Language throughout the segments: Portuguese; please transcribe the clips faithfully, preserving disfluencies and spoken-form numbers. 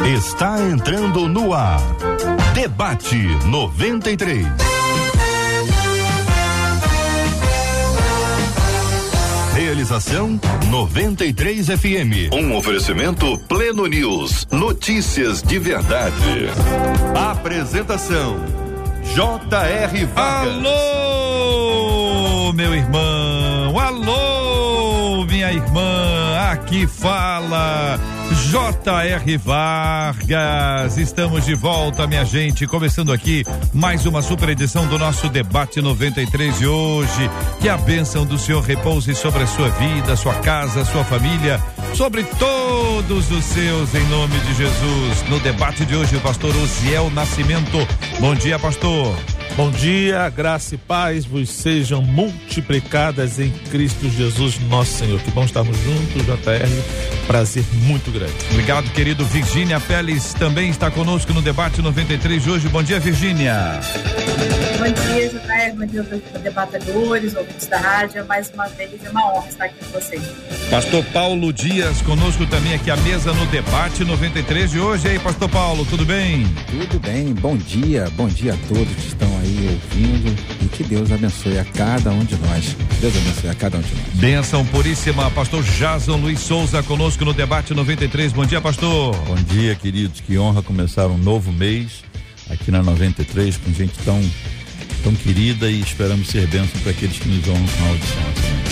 Está entrando no ar. Debate noventa e três. Realização noventa e três F M. Um oferecimento Pleno News. Notícias de verdade. Apresentação J R Vargas. Alô, meu irmão. Alô, minha irmã. Aqui fala J R Vargas. Estamos de volta, minha gente, começando aqui mais uma super edição do nosso Debate noventa e três de hoje. Que a bênção do Senhor repouse sobre a sua vida, sua casa, sua família, sobre todos os seus, em nome de Jesus. No debate de hoje, o pastor Osiel Nascimento. Bom dia, pastor. Bom dia, graça e paz vos sejam multiplicadas em Cristo Jesus, nosso Senhor. Que bom estarmos juntos, J R. Prazer muito grande. Obrigado, querido. Virgínia Pérez também está conosco no Debate noventa e três de hoje. Bom dia, Virgínia. Bom dia, J R. Bom dia, debatedores, ouvintes da rádio. Mais uma vez é uma honra estar aqui com vocês. Pastor Paulo Dias conosco também aqui à mesa no Debate noventa e três de hoje. E aí, pastor Paulo, tudo bem? Tudo bem, bom dia, bom dia a todos que estão aí ouvindo e que Deus abençoe a cada um de nós. Deus abençoe a cada um de nós. Bênção puríssima, pastor Jason Luiz Souza conosco no Debate noventa e três. Bom dia, pastor. Bom dia, queridos, que honra começar um novo mês aqui na noventa e três com gente tão, tão querida e esperamos ser bênção para aqueles que nos honram com a audição.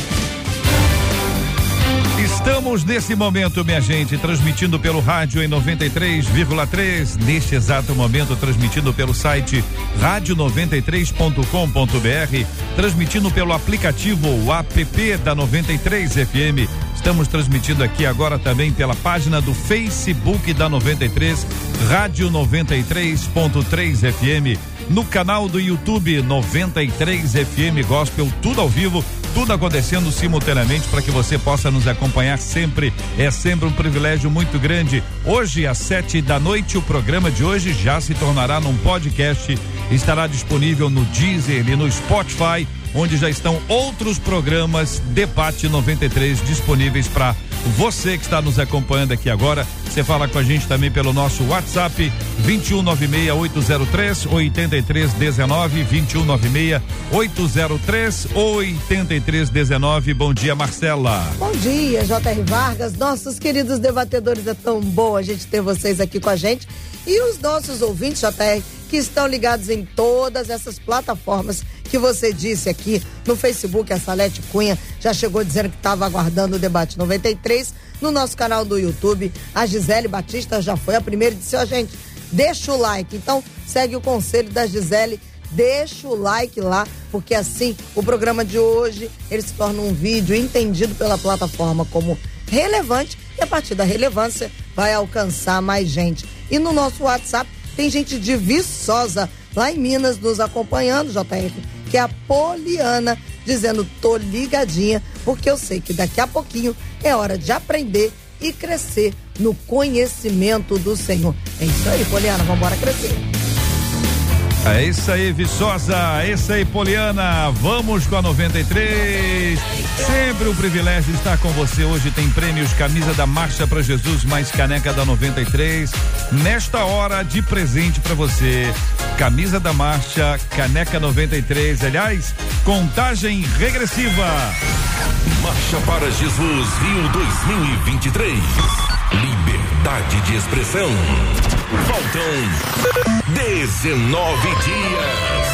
Estamos nesse momento, minha gente, transmitindo pelo rádio em noventa e três vírgula três, neste exato momento transmitindo pelo site rádio noventa e três ponto com ponto br, transmitindo pelo aplicativo o app da noventa e três F M. Estamos transmitindo aqui agora também pela página do Facebook da noventa e três, rádio noventa e três ponto três F M, no canal do YouTube noventa e três F M Gospel, tudo ao vivo, tudo acontecendo simultaneamente para que você possa nos acompanhar sempre. É sempre um privilégio muito grande. Hoje, às sete da noite, o programa de hoje já se tornará num podcast. Estará disponível no Deezer e no Spotify, onde já estão outros programas Debate noventa e três disponíveis para você que está nos acompanhando aqui agora. Você fala com a gente também pelo nosso WhatsApp vinte e um nove seis oito zero três oito três um nove, vinte e um nove seis oito zero três oito três um nove. Bom dia, Marcela. Bom dia, J R Vargas, nossos queridos debatedores. É tão bom a gente ter vocês aqui com a gente e os nossos ouvintes, J R, que estão ligados em todas essas plataformas que você disse aqui no Facebook. A Salete Cunha já chegou dizendo que estava aguardando o Debate noventa e três no nosso canal do YouTube. A Gisele Batista já foi a primeira e disse: ó, gente, deixa o like. Então segue o conselho da Gisele, deixa o like lá, porque assim o programa de hoje ele se torna um vídeo entendido pela plataforma como relevante e a partir da relevância vai alcançar mais gente. E no nosso WhatsApp tem gente de Viçosa, lá em Minas, nos acompanhando, J R, que é a Poliana, dizendo: tô ligadinha, porque eu sei que daqui a pouquinho é hora de aprender e crescer no conhecimento do Senhor. É isso aí, Poliana, vamos embora crescer. É isso aí, Viçosa, é isso aí, Poliana, vamos com a noventa e três, sempre um privilégio estar com você. Hoje tem prêmios, camisa da Marcha para Jesus, mais caneca da noventa e três, nesta hora de presente para você, camisa da Marcha, caneca noventa e três, aliás, contagem regressiva. Marcha para Jesus Rio dois mil e vinte e três, liberdade de expressão. Faltam dezenove dias.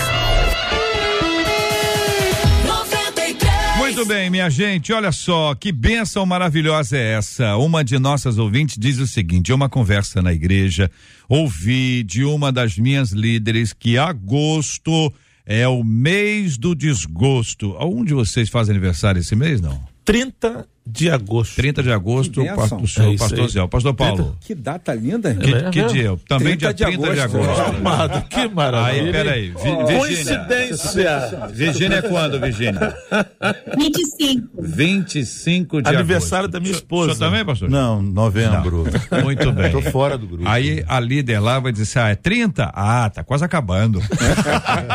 Muito bem, minha gente, olha só, que bênção maravilhosa é essa. Uma de nossas ouvintes diz o seguinte: uma conversa na igreja, ouvi de uma das minhas líderes que agosto é o mês do desgosto. Algum de vocês faz aniversário esse mês, não? trinta de agosto. trinta de agosto, o pastor, é pastor Zé, pastor Paulo. Que data linda. Que, é, que é, dia? Também trinta dia trinta de agosto. Amado, que maravilha. Aí, peraí. Vi, Coincidência. Virgínia é quando, Virgínia? vinte e cinco. vinte e cinco de Aniversário agosto. da minha esposa. O senhor também, pastor? Não, novembro. Não. Muito bem. Tô fora do grupo. Aí a líder lá vai dizer: ah, é trinta? Ah, tá quase acabando.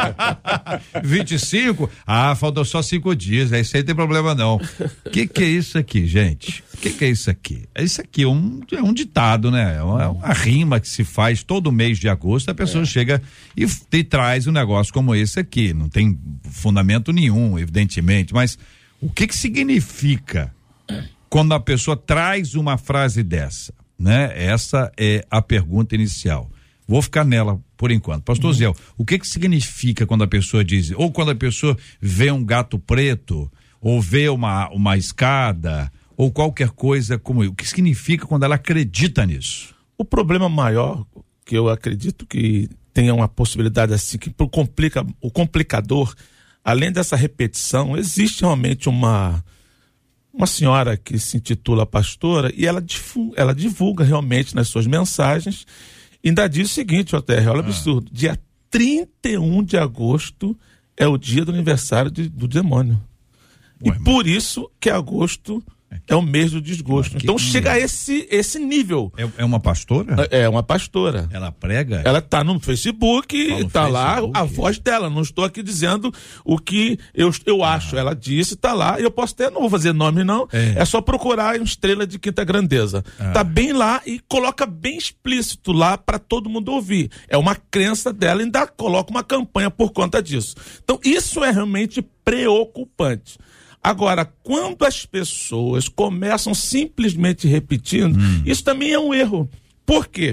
vinte e cinco? Ah, faltam só cinco dias. Isso aí não tem problema não. Que que é isso aqui, gente? O que, que é isso aqui? Isso aqui é um, é um ditado, né? É uma, é uma rima que se faz todo mês de agosto, a pessoa é. chega e, e traz um negócio como esse aqui. Não tem fundamento nenhum, evidentemente, mas o que que significa quando a pessoa traz uma frase dessa, né? Essa é a pergunta inicial. Vou ficar nela por enquanto. Pastor uhum. Zé, o que que significa quando a pessoa diz, ou quando a pessoa vê um gato preto, ou vê uma, uma escada, ou qualquer coisa como isso? O que significa quando ela acredita nisso? O problema maior, que eu acredito que tenha uma possibilidade assim, que pro complica, o complicador, além dessa repetição, existe realmente uma uma senhora que se intitula pastora e ela, difu, ela divulga realmente nas suas mensagens, e ainda diz o seguinte, ó Terra, olha o ah. absurdo, dia trinta e um de agosto é o dia do aniversário de, do demônio. Ué, e por isso que agosto é o mês do desgosto. Então chega a esse, esse nível. É, é uma pastora? É uma pastora. Ela prega? Ela tá no Facebook, Fala no tá Facebook. lá a voz dela. Não estou aqui dizendo o que eu, eu ah. acho. Ela disse, tá lá, e eu posso até, não vou fazer nome não, é, é só procurar uma estrela de quinta grandeza. Ah. Tá bem lá e coloca bem explícito lá para todo mundo ouvir. É uma crença dela e ainda coloca uma campanha por conta disso. Então isso é realmente preocupante. Agora, quando as pessoas começam simplesmente repetindo, hum. isso também é um erro. Por quê?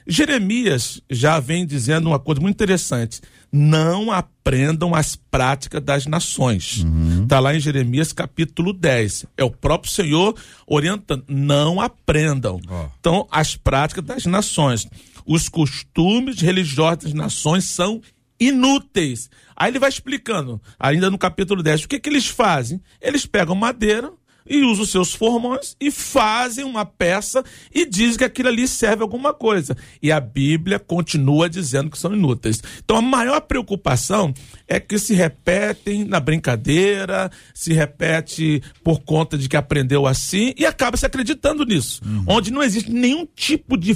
Jeremias já vem dizendo uma coisa muito interessante. Não aprendam as práticas das nações. Está uhum. lá em Jeremias capítulo dez. É o próprio Senhor orientando. Não aprendam. Oh. Então, as práticas das nações. Os costumes religiosos das nações são inúteis. Aí ele vai explicando, ainda no capítulo dez, o que que eles fazem? Eles pegam madeira e usam os seus formões e fazem uma peça e dizem que aquilo ali serve a alguma coisa. E a Bíblia continua dizendo que são inúteis. Então a maior preocupação é que se repetem na brincadeira, se repete por conta de que aprendeu assim e acaba se acreditando nisso. Uhum. Onde não existe nenhum tipo de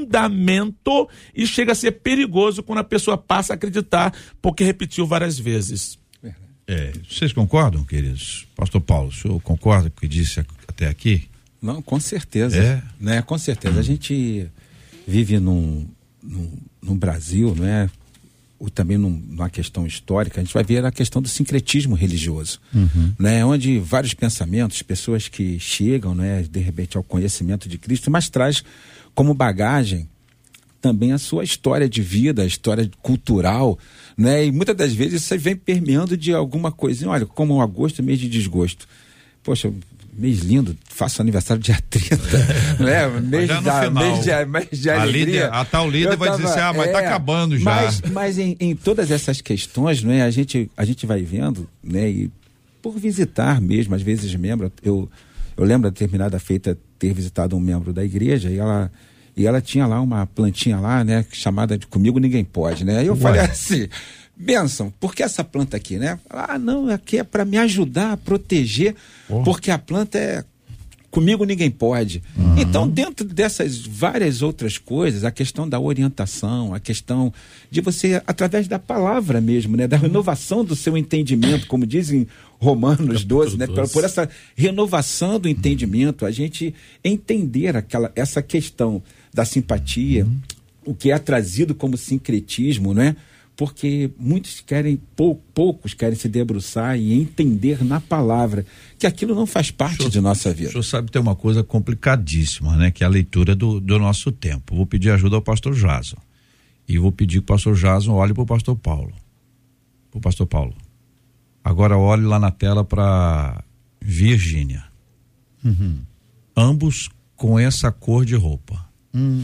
fundamento e chega a ser perigoso quando a pessoa passa a acreditar porque repetiu várias vezes. É, vocês concordam, queridos? Pastor Paulo, o senhor concorda com o que disse até aqui? Não, com certeza. É? Né? Com certeza. Hum. A gente vive num, num, num Brasil, não é? Ou também num, numa questão histórica, a gente vai ver a questão do sincretismo religioso, uhum. né? Onde vários pensamentos, pessoas que chegam, né, de repente ao conhecimento de Cristo, mas traz como bagagem também a sua história de vida, a história cultural, né? E muitas das vezes você vem permeando de alguma coisinha, olha, como o agosto, mês de desgosto. Poxa, mês lindo, faço aniversário dia trinta, né? Mês da, final, mês de, mês de a alegria. Líder, a tal líder vai tava, dizer assim, ah, mas é, tá acabando já. Mas, mas em, em todas essas questões, né, a gente, a gente vai vendo, né, e por visitar mesmo, às vezes membro, eu, eu lembro de determinada feita ter visitado um membro da igreja e ela E ela tinha lá uma plantinha lá, né, chamada de Comigo Ninguém Pode, né? Aí eu Ué. falei assim, bênção, por que essa planta aqui, né? Ah, não, aqui é para me ajudar a proteger, oh. porque a planta é Comigo Ninguém Pode. Uhum. Então, dentro dessas várias outras coisas, a questão da orientação, a questão de você, através da palavra mesmo, né, da renovação do seu entendimento, como dizem Romanos doze, né, por, por essa renovação do entendimento, a gente entender aquela, essa questão da simpatia, uhum. o que é trazido como sincretismo, né? Porque muitos querem, pou, poucos querem se debruçar e entender na palavra que aquilo não faz parte senhor, de nossa vida. O senhor sabe ter uma coisa complicadíssima, né? Que é a leitura do, do nosso tempo. Vou pedir ajuda ao pastor Jason. E vou pedir que o pastor Jason olhe para o pastor Paulo. Para o pastor Paulo. Agora olhe lá na tela para Virgínia. Uhum. Ambos com essa cor de roupa. Hum.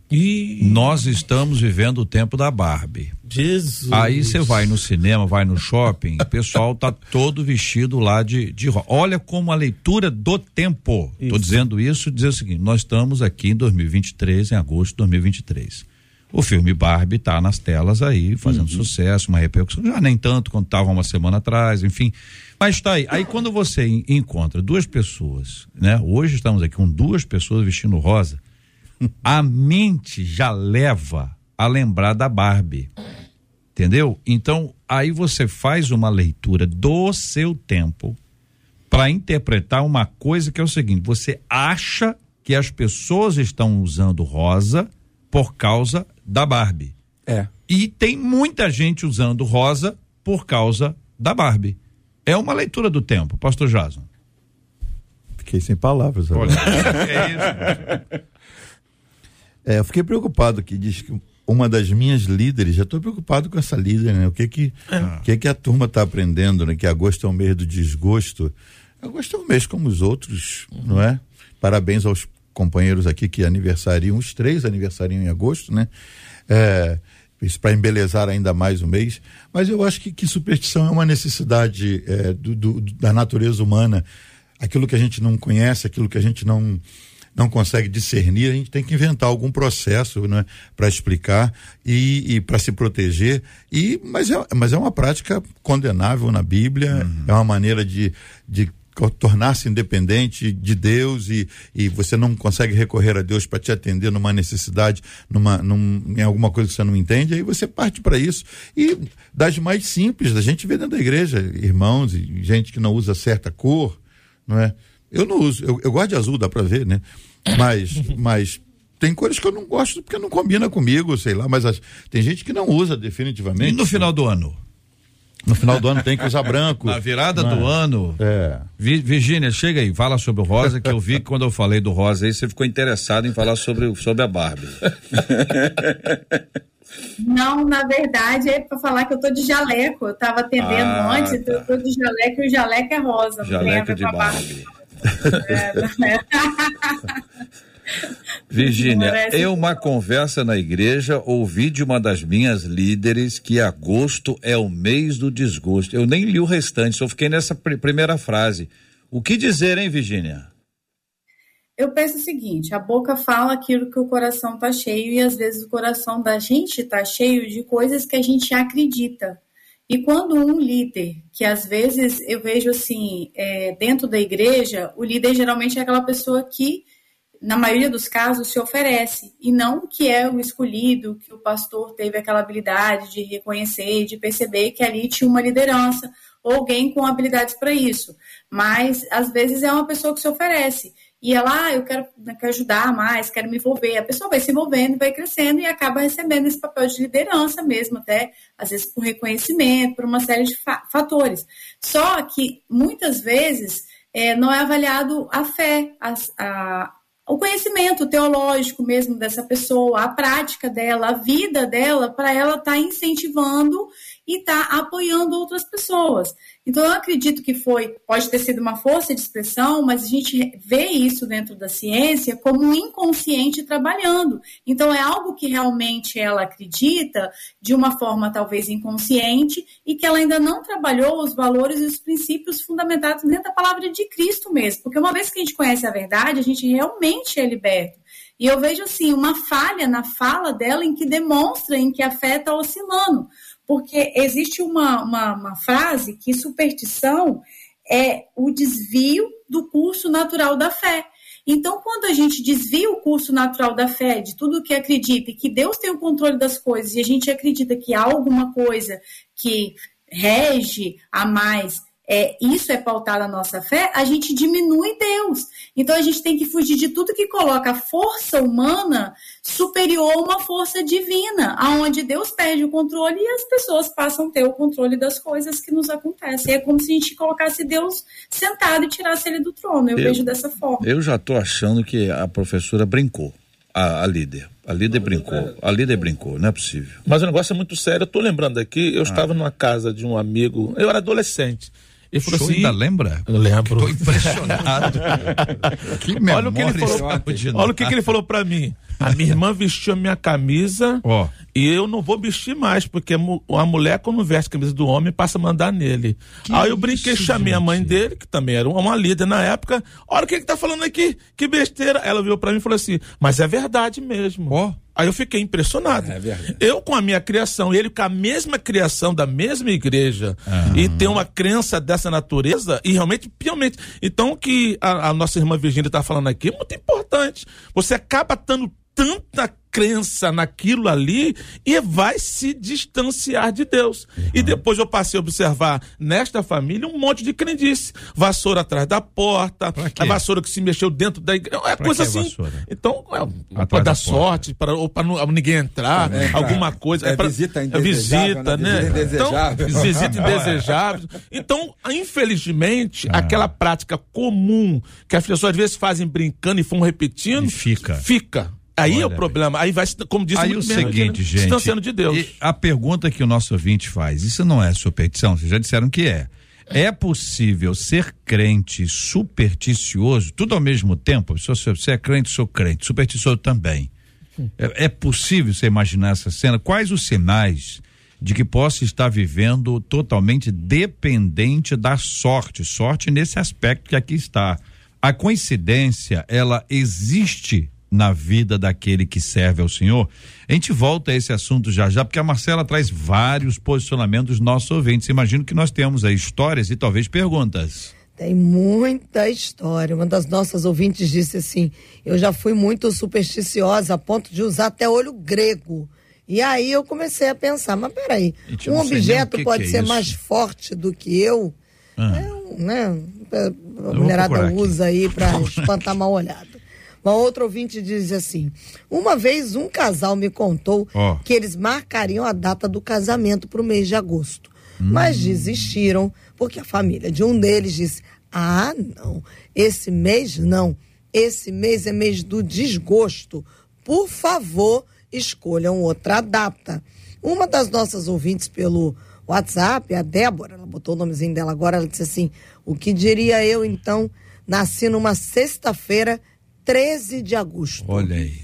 E nós estamos vivendo o tempo da Barbie. Jesus. Aí você vai no cinema, vai no shopping, o pessoal tá todo vestido lá de, de rosa. Olha como a leitura do tempo. Isso. Tô dizendo isso, dizer o seguinte, nós estamos aqui em dois mil e vinte e três, em agosto de dois mil e vinte e três. O filme Barbie tá nas telas aí, fazendo uhum. sucesso, uma repercussão, já nem tanto quanto estava uma semana atrás, enfim. Mas tá aí. Aí quando você en- encontra duas pessoas, né? Hoje estamos aqui com duas pessoas vestindo rosa, a mente já leva a lembrar da Barbie, entendeu? Então, aí você faz uma leitura do seu tempo para interpretar uma coisa que é o seguinte: você acha que as pessoas estão usando rosa por causa da Barbie. É. E tem muita gente usando rosa por causa da Barbie. É uma leitura do tempo, pastor Jason. Fiquei sem palavras agora. É isso. É, eu fiquei preocupado que diz que uma das minhas líderes, já estou preocupado com essa líder, né? O que que, é. o que que a turma está aprendendo, né? Que agosto é o mês do desgosto. Agosto é um mês como os outros, uhum. não é? Parabéns aos companheiros aqui que aniversariam, os três aniversariam em agosto, né? É, isso para embelezar ainda mais o mês, mas eu acho que, que superstição é uma necessidade é, do, do, da natureza humana. Aquilo que a gente não conhece, aquilo que a gente não não consegue discernir, a gente tem que inventar algum processo, né, para explicar e, e para se proteger. E mas é mas é uma prática condenável na Bíblia. Uhum. É uma maneira de de tornar-se independente de Deus e, e você não consegue recorrer a Deus para te atender numa necessidade, numa, num, em alguma coisa que você não entende, aí você parte para isso. E das mais simples, a gente vê dentro da igreja, irmãos e gente que não usa certa cor, não é? Eu não uso, eu, eu gosto de azul, dá para ver, né? Mas, mas tem cores que eu não gosto porque não combina comigo, sei lá, mas as, tem gente que não usa definitivamente. E no final do ano? No final do ano tem que usar branco. Na virada do ano. É. Virgínia, chega aí, fala sobre o rosa, que eu vi que quando eu falei do rosa aí, você ficou interessado em falar sobre, sobre a Barbie. Não, na verdade é para falar que eu tô de jaleco. Eu tava atendendo ah, antes, então tá. Eu tô de jaleco e o jaleco é rosa. Jaleco de Barbie. É, Virgínia, em uma conversa na igreja, ouvi de uma das minhas líderes que agosto é o mês do desgosto. Eu nem li o restante, só fiquei nessa pr- primeira frase. O que dizer, hein, Virgínia? Eu penso o seguinte: a boca fala aquilo que o coração está cheio, e às vezes o coração da gente está cheio de coisas que a gente acredita. E quando um líder, que às vezes eu vejo assim, é, dentro da igreja, o líder geralmente é aquela pessoa que, na maioria dos casos, se oferece, e não que é o escolhido, que o pastor teve aquela habilidade de reconhecer, de perceber que ali tinha uma liderança, ou alguém com habilidades para isso. Mas, às vezes, é uma pessoa que se oferece. E ela, ah, eu quero, eu quero ajudar mais, quero me envolver. A pessoa vai se envolvendo, vai crescendo e acaba recebendo esse papel de liderança mesmo, até, às vezes, por reconhecimento, por uma série de fa- fatores. Só que, muitas vezes, é, não é avaliado a fé, a, a, o conhecimento teológico mesmo dessa pessoa, a prática dela, a vida dela, para ela estar tá incentivando e estar tá apoiando outras pessoas. Então, eu acredito que foi, pode ter sido uma força de expressão, mas a gente vê isso dentro da ciência como um inconsciente trabalhando. Então, é algo que realmente ela acredita de uma forma talvez inconsciente e que ela ainda não trabalhou os valores e os princípios fundamentados dentro da palavra de Cristo mesmo. Porque uma vez que a gente conhece a verdade, a gente realmente é liberto. E eu vejo, assim, uma falha na fala dela em que demonstra em que a fé está oscilando. Porque existe uma, uma, uma frase que superstição é o desvio do curso natural da fé. Então, quando a gente desvia o curso natural da fé, de tudo que acredita, e que Deus tem o controle das coisas, e a gente acredita que há alguma coisa que rege a mais, é, isso é pautado na nossa fé, a gente diminui Deus. Então, a gente tem que fugir de tudo que coloca a força humana superior a uma força divina, aonde Deus perde o controle e as pessoas passam a ter o controle das coisas que nos acontecem. É como se a gente colocasse Deus sentado e tirasse ele do trono. Eu, eu vejo dessa forma. Eu já estou achando que a professora brincou, a, a líder. A líder brincou, a líder brincou, não é possível. Mas o negócio é muito sério. Eu tô lembrando aqui, eu ah. estava numa casa de um amigo, eu era adolescente. Ele falou assim, ainda lembra? Eu lembro. Tô impressionado. Que olha o que ele falou, olha o que, que ele falou pra mim. A minha irmã vestiu a minha camisa oh. e eu não vou vestir mais, porque a mulher, quando veste a camisa do homem, passa a mandar nele. Que Aí eu brinquei, isso, chamei gente? a mãe dele, que também era uma líder na época. Olha o que ele tá falando aqui, que besteira. Ela virou pra mim e falou assim, mas é verdade mesmo. Oh. Aí eu fiquei impressionado. É eu com a minha criação, ele com a mesma criação da mesma igreja, ah. e tem uma crença dessa natureza, e realmente, realmente. Então, o que a, a nossa irmã Virgínia está falando aqui é muito importante. Você acaba tando tanta crença naquilo ali e vai se distanciar de Deus. Uhum. E depois eu passei a observar nesta família um monte de crendice. Vassoura atrás da porta, a vassoura que se mexeu dentro da igreja. É pra coisa assim. Vassoura? Então, é, para dar sorte, pra, ou para ninguém entrar, é, alguma coisa. É, é pra, visita indesejável. Visita, né? Visita indesejável. Então, visita indesejável. Então, infelizmente, ah. aquela prática comum que as pessoas às vezes fazem brincando e vão repetindo, e fica. Fica. Aí Olha, é o problema, aí vai, como disse aí o seguinte, gente, distanciando de Deus. A pergunta que o nosso ouvinte faz, isso não é superstição, vocês já disseram que é. É possível ser crente supersticioso, tudo ao mesmo tempo? Se você é crente, sou crente, supersticioso também. É, é possível você imaginar essa cena? Quais os sinais de que possa estar vivendo totalmente dependente da sorte? Sorte nesse aspecto que aqui está. A coincidência, ela existe na vida daquele que serve ao Senhor? A gente volta a esse assunto já já, porque a Marcela traz vários posicionamentos dos nossos ouvintes. Imagino que nós temos aí histórias e talvez perguntas. Tem muita história. Uma das nossas ouvintes disse assim: eu já fui muito supersticiosa a ponto de usar até olho grego. E aí eu comecei a pensar, mas peraí, gente, um objeto que pode que é ser isso? mais forte do que eu? Ah. É um, né? A mulherada usa aí para espantar mal olhada. Uma outra ouvinte diz assim: uma vez um casal me contou oh. que eles marcariam a data do casamento para o mês de agosto, hum. mas desistiram porque a família de um deles disse: ah, não, esse mês não, esse mês é mês do desgosto, por favor, escolham outra data. Uma das nossas ouvintes pelo WhatsApp, a Débora, ela botou o nomezinho dela agora, ela disse assim: o que diria eu então, nasci numa sexta-feira, treze de agosto. Olha aí.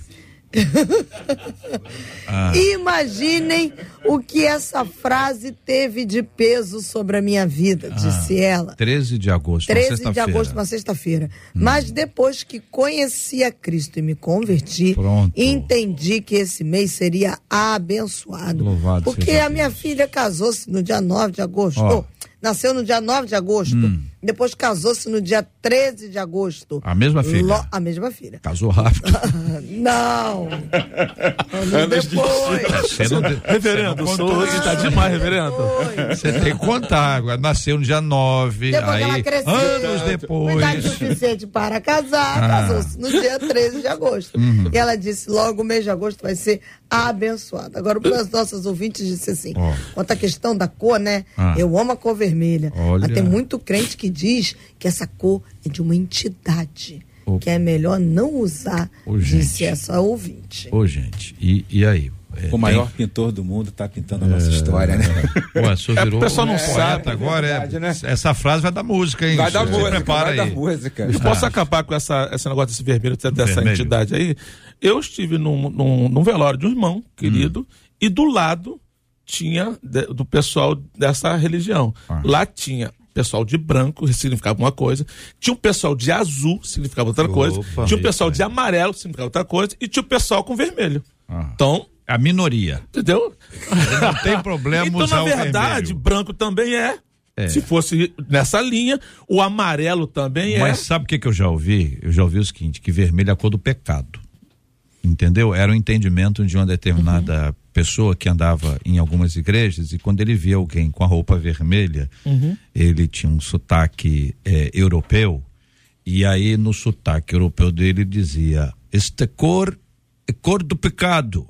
ah. Imaginem o que essa frase teve de peso sobre a minha vida, ah. disse ela. treze de agosto, treze de agosto, uma sexta-feira. Hum. Mas depois que conheci a Cristo e me converti, Pronto. entendi que esse mês seria abençoado. Louvado porque a minha Deus. filha casou-se no dia nove de agosto. Oh. Nasceu no dia nove de agosto, hum. depois casou-se no dia treze de agosto. A mesma filha? Lo... A mesma filha. Casou rápido? Não. Anos depois. Não... Reverendo, o senhor está demais, reverendo. Você tem que contar. Agora nasceu no dia nove, depois aí ela cresceu, anos depois. Idade suficiente para casar, ah. casou-se no dia treze de agosto. Uhum. E ela disse, logo o mês de agosto vai ser abençoado. Agora, uma das nossas ouvintes disse assim, oh. quanto à questão da cor, né? Ah. Eu amo a cor vermelha. Olha. Mas tem muito crente que diz que essa cor é de uma entidade. Opa. Que é melhor não usar, Ô, disse gente. essa ouvinte. Ô, gente, e, e aí? É, o maior tem... pintor do mundo está pintando a nossa é... história, né? Ué, só virou... É, o pessoal não é, sabe agora. É verdade, é... né? Essa frase vai dar música, hein? Vai dar música, prepara vai aí. dar música. Eu posso ah. acabar com essa, esse negócio desse vermelho, dessa vermelho. entidade aí? Eu estive num, num, num velório de um irmão querido hum. e do lado tinha de, do pessoal dessa religião. Ah. Lá tinha pessoal de branco, significava uma coisa, tinha um pessoal de azul, significava outra Opa, coisa, tinha um pessoal de amarelo, significava outra coisa, e tinha o pessoal com vermelho. Ah. Então... A minoria. Entendeu? Não tem problema então, usar na verdade, vermelho. branco também é. é. Se fosse nessa linha, o amarelo também Mas é. Mas sabe o que, que eu já ouvi? Eu já ouvi o seguinte, que vermelho é a cor do pecado. Entendeu? Era um entendimento de uma determinada uhum. pessoa que andava em algumas igrejas e quando ele via alguém com a roupa vermelha, uhum. ele tinha um sotaque é, europeu e aí no sotaque europeu dele dizia, esta cor é cor do pecado,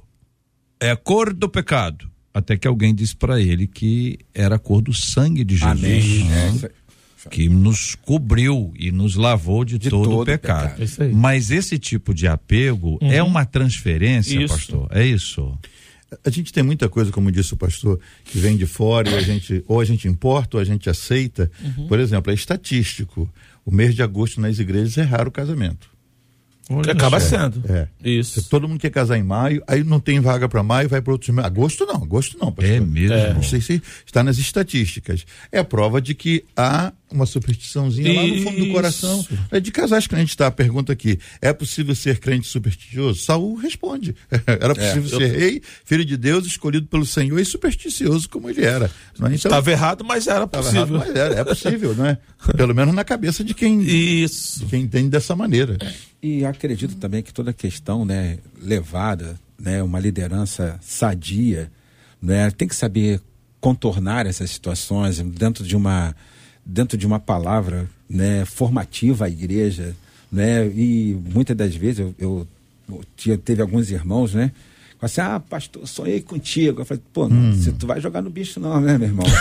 é a cor do pecado. Até que alguém disse para ele que era a cor do sangue de Jesus. Amém. Uhum. É. Que nos cobriu e nos lavou de, de todo, todo o pecado. pecado. Mas esse tipo de apego uhum. é uma transferência, isso. pastor? É isso? A gente tem muita coisa, como disse o pastor, que vem de fora e a gente, ou a gente importa ou a gente aceita. Uhum. Por exemplo, é estatístico. O mês de agosto nas igrejas é raro o casamento. Olha, acaba sendo. É. Isso. Todo mundo quer casar em maio, aí não tem vaga para maio, vai para outros meses. Agosto não, agosto não. Pastor. É mesmo. É. Não sei se está nas estatísticas. É a prova de que há uma superstiçãozinha Isso. lá no fundo do coração. É de casais que a gente está. A pergunta aqui, é possível ser crente supersticioso? Saul responde. Era possível é. ser eu... rei, filho de Deus, escolhido pelo Senhor e supersticioso como ele era. Não é? Então, estava errado, mas era possível. Errado, mas era, é possível, não é? Pelo menos na cabeça de quem, Isso. de quem entende dessa maneira. E acredito também que toda questão, né, levada, né, uma liderança sadia, né, tem que saber contornar essas situações dentro de uma, dentro de uma palavra, né, formativa à igreja, né, e muitas das vezes eu, eu, eu tinha, teve alguns irmãos, né, assim, ah, pastor, sonhei contigo. Eu falei, pô, hum. você tu vai jogar no bicho não, né, meu irmão?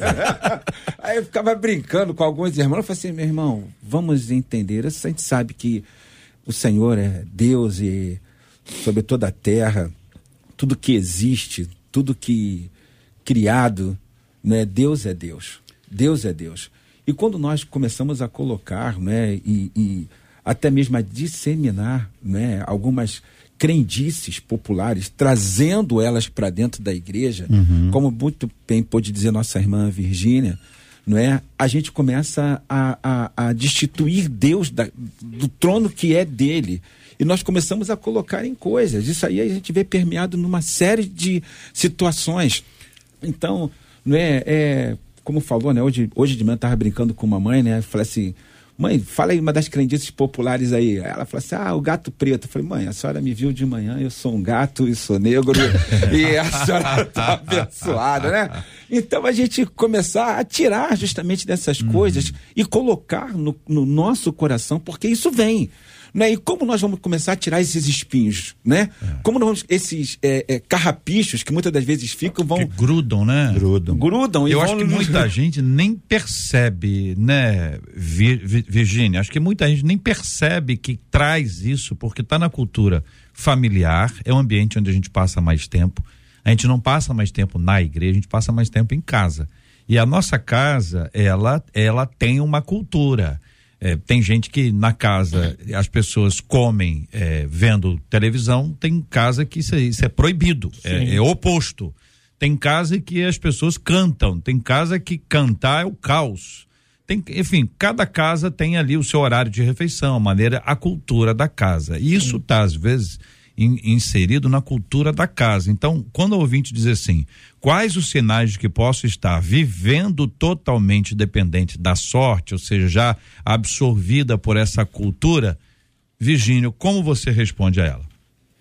Aí eu ficava brincando com alguns irmãos, eu falei assim, meu irmão, vamos entender, a gente sabe que o Senhor é Deus e sobre toda a terra, tudo que existe, tudo que criado, né, Deus é Deus, Deus é Deus. E quando nós começamos a colocar, né, e, e até mesmo a disseminar, né, algumas crendices populares, trazendo elas para dentro da igreja, uhum. como muito bem pôde dizer nossa irmã Virgínia, não é? A gente começa a, a, a destituir Deus da, do trono que é dele. E nós começamos a colocar em coisas. Isso aí a gente vê permeado numa série de situações. Então, não é, é como falou, né? Hoje, hoje de manhã eu estava brincando com uma mãe, né? Eu falei assim, mãe, fala aí uma das crendices populares aí. Ela falou assim, ah, o gato preto. Eu falei, mãe, a senhora me viu de manhã, eu sou um gato e sou negro e a senhora está abençoada, né? Então a gente começar a tirar justamente dessas uhum. coisas e colocar no, no nosso coração, porque isso vem. Né? E como nós vamos começar a tirar esses espinhos, né? É. Como nós vamos, esses é, é, carrapichos que muitas das vezes ficam, vão... Que grudam, né? Grudam. Grudam. Eu e acho vão... que muita gente nem percebe, né, Virgínia? Acho que muita gente nem percebe que traz isso, porque está na cultura familiar, é um ambiente onde a gente passa mais tempo. A gente não passa mais tempo na igreja, a gente passa mais tempo em casa. E a nossa casa, ela, ela tem uma cultura. É, tem gente que na casa as pessoas comem é, vendo televisão, tem casa que isso, isso é proibido, é, é oposto. Tem casa que as pessoas cantam, tem casa que cantar é o caos. Tem, enfim, cada casa tem ali o seu horário de refeição, a maneira, a cultura da casa. E isso está, às vezes, in, inserido na cultura da casa. Então, quando o ouvinte diz assim, quais os sinais de que posso estar vivendo totalmente dependente da sorte, ou seja, já absorvida por essa cultura, Virgínio, como você responde a ela?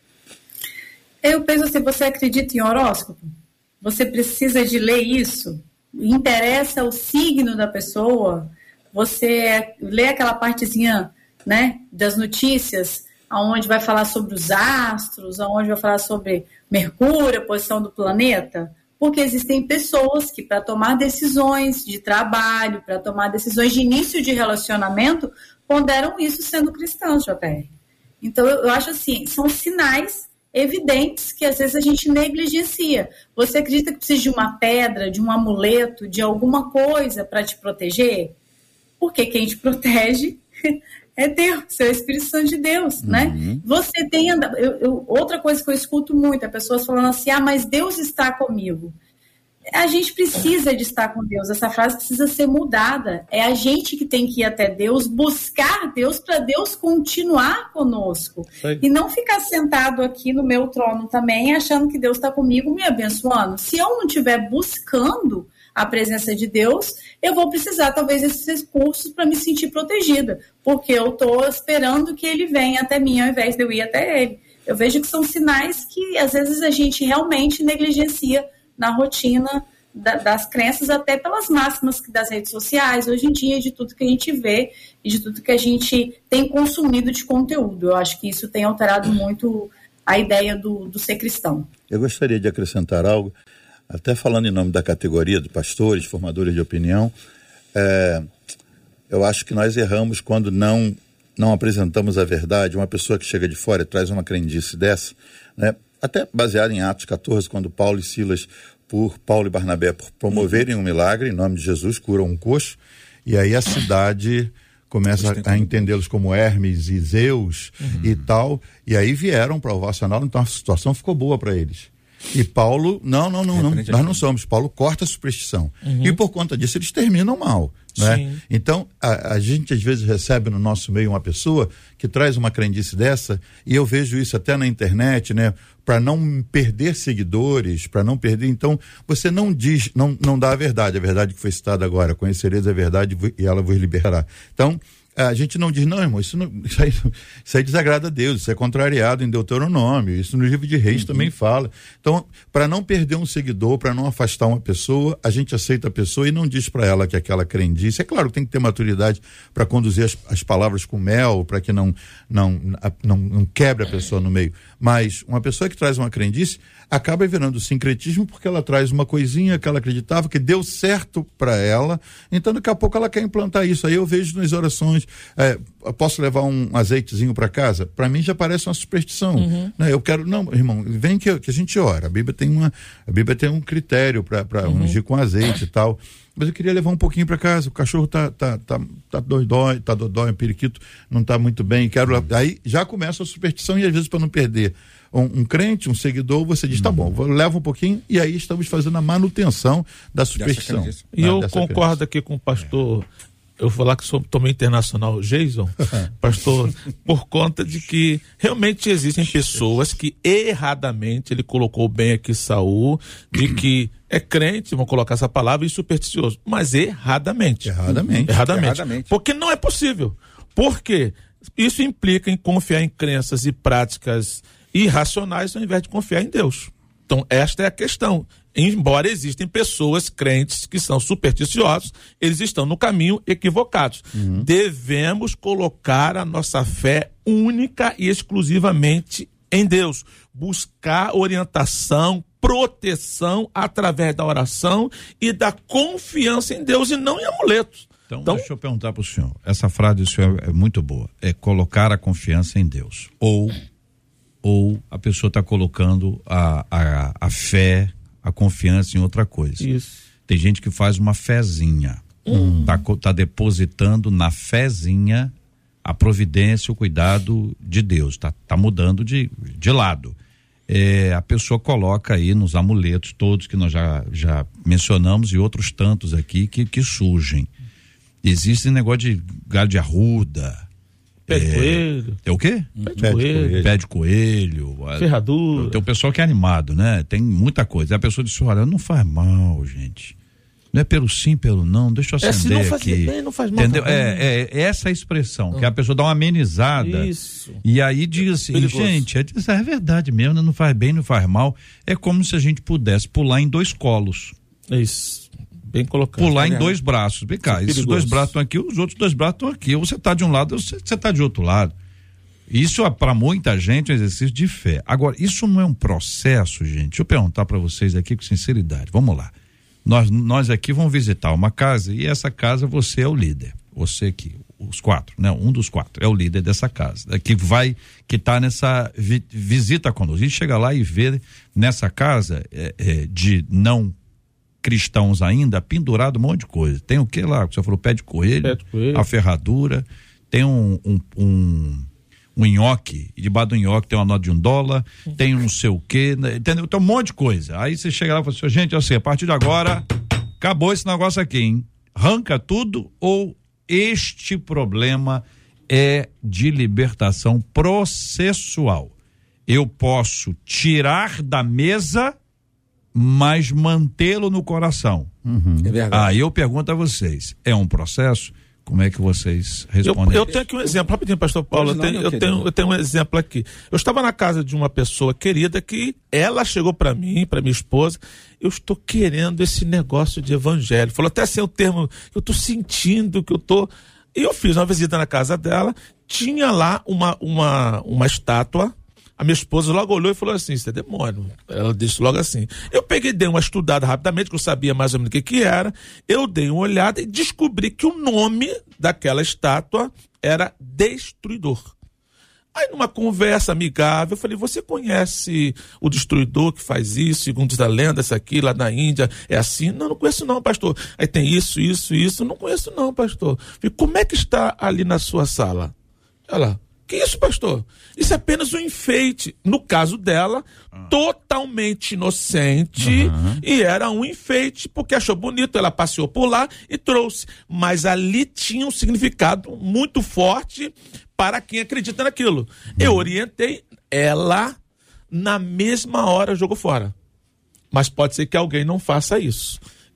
Eu penso assim, você acredita em horóscopo? Você precisa de ler isso? Interessa o signo da pessoa? Você lê aquela partezinha, né, das notícias, aonde vai falar sobre os astros, aonde vai falar sobre Mercúrio, a posição do planeta? Porque existem pessoas que, para tomar decisões de trabalho, para tomar decisões de início de relacionamento, ponderam isso sendo cristãos, J R. Então, eu, eu acho assim, são sinais evidentes que às vezes a gente negligencia. Você acredita que precisa de uma pedra, de um amuleto, de alguma coisa para te proteger? Porque quem te protege é Deus, é o Espírito Santo de Deus, uhum. né? Você tem andado... Eu, eu, outra coisa que eu escuto muito, é pessoas falando assim, ah, mas Deus está comigo. A gente precisa de estar com Deus, essa frase precisa ser mudada. É a gente que tem que ir até Deus, buscar Deus para Deus continuar conosco. Sim. E não ficar sentado aqui no meu trono também, achando que Deus está comigo, me abençoando. Se eu não estiver buscando a presença de Deus, eu vou precisar talvez desses recursos para me sentir protegida, porque eu estou esperando que ele venha até mim ao invés de eu ir até ele. Eu vejo que são sinais que às vezes a gente realmente negligencia na rotina da, das crenças, até pelas máximas das redes sociais, hoje em dia, de tudo que a gente vê e de tudo que a gente tem consumido de conteúdo. Eu acho que isso tem alterado muito a ideia do, do ser cristão. Eu gostaria de acrescentar algo, até falando em nome da categoria de pastores, formadores de opinião. É, eu acho que nós erramos quando não, não apresentamos a verdade. Uma pessoa que chega de fora e traz uma crendice dessa, né? Até baseado em Atos catorze, quando Paulo e Silas, por Paulo e Barnabé, por promoverem um milagre, em nome de Jesus, curam um coxo, e aí a cidade começa a, a entendê-los como Hermes e Zeus uhum. e tal, e aí vieram para o ovacional, então a situação ficou boa para eles. E Paulo, não, não, não, não nós não somos. Paulo corta a superstição. Uhum. E por conta disso eles terminam mal. Né? Então, a, a gente às vezes recebe no nosso meio uma pessoa que traz uma crendice dessa, e eu vejo isso até na internet, né? Para não perder seguidores, para não perder, então, você não diz, não, não dá a verdade, a verdade que foi citada agora, conhecereis a verdade e ela vos liberará. Então, A gente não diz, não, irmão, isso, não, isso, aí, isso aí desagrada a Deus, isso é contrariado em Deuteronômio, isso no livro de Reis uhum. também fala. Então, para não perder um seguidor, para não afastar uma pessoa, a gente aceita a pessoa e não diz para ela que aquela crendice. É claro que tem que ter maturidade para conduzir as, as palavras com mel, para que não, não, não, não quebre a pessoa no meio. Mas uma pessoa que traz uma crendice acaba virando sincretismo porque ela traz uma coisinha que ela acreditava que deu certo para ela, então daqui a pouco ela quer implantar isso. Aí eu vejo nas orações, é, posso levar um azeitezinho para casa? Para mim já parece uma superstição. Uhum. Né? Eu quero, não, irmão, vem que, que a gente ora. A Bíblia tem uma, a Bíblia tem um critério para uhum. ungir com azeite e tal. Mas eu queria levar um pouquinho para casa. O cachorro tá tá tá tá dodói, tá dodói, o periquito não tá muito bem. Quero, uhum. aí já começa a superstição e às vezes para não perder Um, um crente, um seguidor, você diz, tá bom, leva um pouquinho, e aí estamos fazendo a manutenção da superstição. E né, eu concordo crença. aqui com o pastor, é. eu vou falar que sou também internacional, Jason, pastor, por conta de que realmente existem pessoas que erradamente, ele colocou bem aqui Saul, de que é crente, vamos colocar essa palavra, e supersticioso, mas erradamente. Erradamente. Erradamente. Erradamente. Porque não é possível. Por quê? Isso implica em confiar em crenças e práticas irracionais ao invés de confiar em Deus. Então esta é a questão. Embora existem pessoas crentes que são supersticiosos, eles estão no caminho equivocados. Uhum. Devemos colocar a nossa fé única e exclusivamente em Deus. Buscar orientação, proteção através da oração e da confiança em Deus e não em amuletos. Então, então deixa eu perguntar para o senhor. Essa frase do senhor é muito boa. É colocar a confiança em Deus. Ou ou a pessoa está colocando a, a, a fé, a confiança em outra coisa. Isso. Tem gente que faz uma fezinha, hum. tá, tá depositando na fezinha a providência, o cuidado de Deus, tá, tá mudando de, de lado. É, a pessoa coloca aí nos amuletos todos que nós já, já mencionamos e outros tantos aqui que, que surgem. Existe negócio de galho de arruda, Pé de é, coelho. É o quê? Pé de coelho. Pé de coelho. Ferradura. Tem o pessoal que é animado, né? Tem muita coisa. A pessoa diz, olha, não faz mal, gente. Não é pelo sim, pelo não, deixa eu acender aqui. É, se não fazer bem, não faz mal. Entendeu? É, é, é essa a expressão, hum. que a pessoa dá uma amenizada. Isso. E aí diz assim, perigoso. Gente, é, é verdade mesmo, né? Não faz bem, não faz mal. É como se a gente pudesse pular em dois colos. Isso. Bem colocado. Pular em dois braços. Vem cá, esses dois braços estão aqui, os outros dois braços estão aqui. Ou você está de um lado, ou você está de outro lado. Isso, para muita gente, é um exercício de fé. Agora, isso não é um processo, gente. Deixa eu perguntar para vocês aqui com sinceridade. Vamos lá. Nós, nós aqui vamos visitar uma casa e essa casa você é o líder. Você aqui, os quatro, né? Um dos quatro é o líder dessa casa. Que vai, que está nessa vi, visita conosco. A gente chega lá e vê nessa casa é, é, de não cristãos ainda, pendurado um monte de coisa. Tem o que lá? Você falou pé de coelho, pé de coelho. A ferradura, tem um um, um, um nhoque, e debaixo do nhoque tem uma nota de um dólar, uhum. tem um não sei o que, entendeu? Tem um monte de coisa. Aí você chega lá e fala assim, gente, eu sei, a partir de agora, acabou esse negócio aqui, hein? Arranca tudo ou este problema é de libertação processual? Eu posso tirar da mesa, mas mantê-lo no coração. Uhum. É verdade. Aí eu pergunto a vocês, é um processo? Como é que vocês respondem? Eu, eu tenho aqui um exemplo, rapidinho, pastor Paulo, eu tenho, eu, tenho, eu tenho um exemplo aqui. Eu estava na casa de uma pessoa querida que ela chegou para mim, para minha esposa, eu estou querendo esse negócio de evangelho. Falou até assim o termo, eu estou sentindo que eu estou... E eu fiz uma visita na casa dela, tinha lá uma, uma, uma estátua. A minha esposa logo olhou e falou assim, isso é demônio. Ela disse logo assim. Eu peguei, dei uma estudada rapidamente, que eu sabia mais ou menos o que que era. Eu dei uma olhada e descobri que o nome daquela estátua era Destruidor. Aí numa conversa amigável, eu falei, você conhece o Destruidor que faz isso, segundo diz a lenda, isso aqui, lá na Índia, é assim? Não, não conheço não, pastor. Aí tem isso, isso, isso, não conheço não, pastor. E como é que está ali na sua sala? Ela... Que isso, pastor? Isso é apenas um enfeite. No caso dela, ah. totalmente inocente, uhum. e era um enfeite, porque achou bonito, ela passeou por lá e trouxe. Mas ali tinha um significado muito forte para quem acredita naquilo. Uhum. Eu orientei, ela, na mesma hora, jogou fora. Mas pode ser que alguém não faça isso.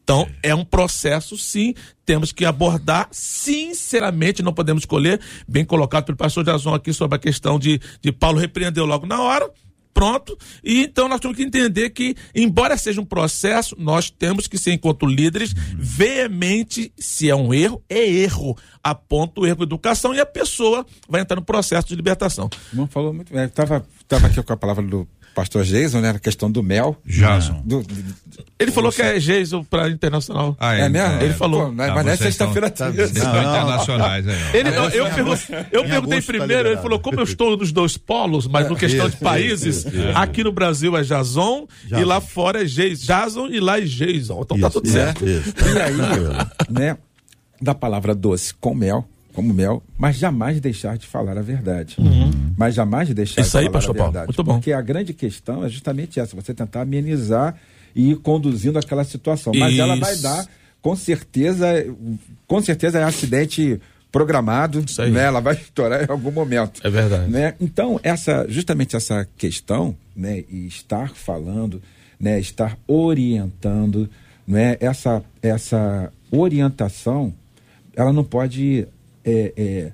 Então, é um processo, sim, temos que abordar sinceramente, não podemos escolher, bem colocado pelo pastor Jason aqui sobre a questão de, de Paulo repreendeu logo na hora, pronto, e então nós temos que entender que, embora seja um processo, nós temos que ser, enquanto líderes, uhum. veemente, se é um erro, é erro, aponta o erro de educação e a pessoa vai entrar no processo de libertação. Não falou muito bem, estava tava aqui com a palavra do pastor Jason, né, a questão do mel. Jason. Do, do, ele falou que é Jason para internacional. Ah, é, é mesmo? Ele falou. Pô, mas ah, é sexta-feira tá, vocês estão internacionais aí. Ele, eu eu, perguntei, eu perguntei primeiro, tá ele falou, como eu estou nos dois polos, mas no questão isso, de países, isso, isso, isso. Aqui no Brasil é Jason, Jason. E lá fora é Jason. Jason e lá é Jason. Então isso, tá tudo certo. Isso, isso. E aí, né, da palavra doce com mel, como mel, mas jamais deixar de falar a verdade. Uhum. Mas jamais deixar Isso de aí, falar pastor a verdade. Paulo. Muito bom. Porque a grande questão é justamente essa, você tentar amenizar e ir conduzindo aquela situação. Mas Isso. ela vai dar, com certeza, com certeza é um acidente programado, né? Ela vai estourar em algum momento. É verdade. Né? Então, essa, justamente essa questão, né, e estar falando, né, estar orientando, né, essa, essa orientação, ela não pode É, é,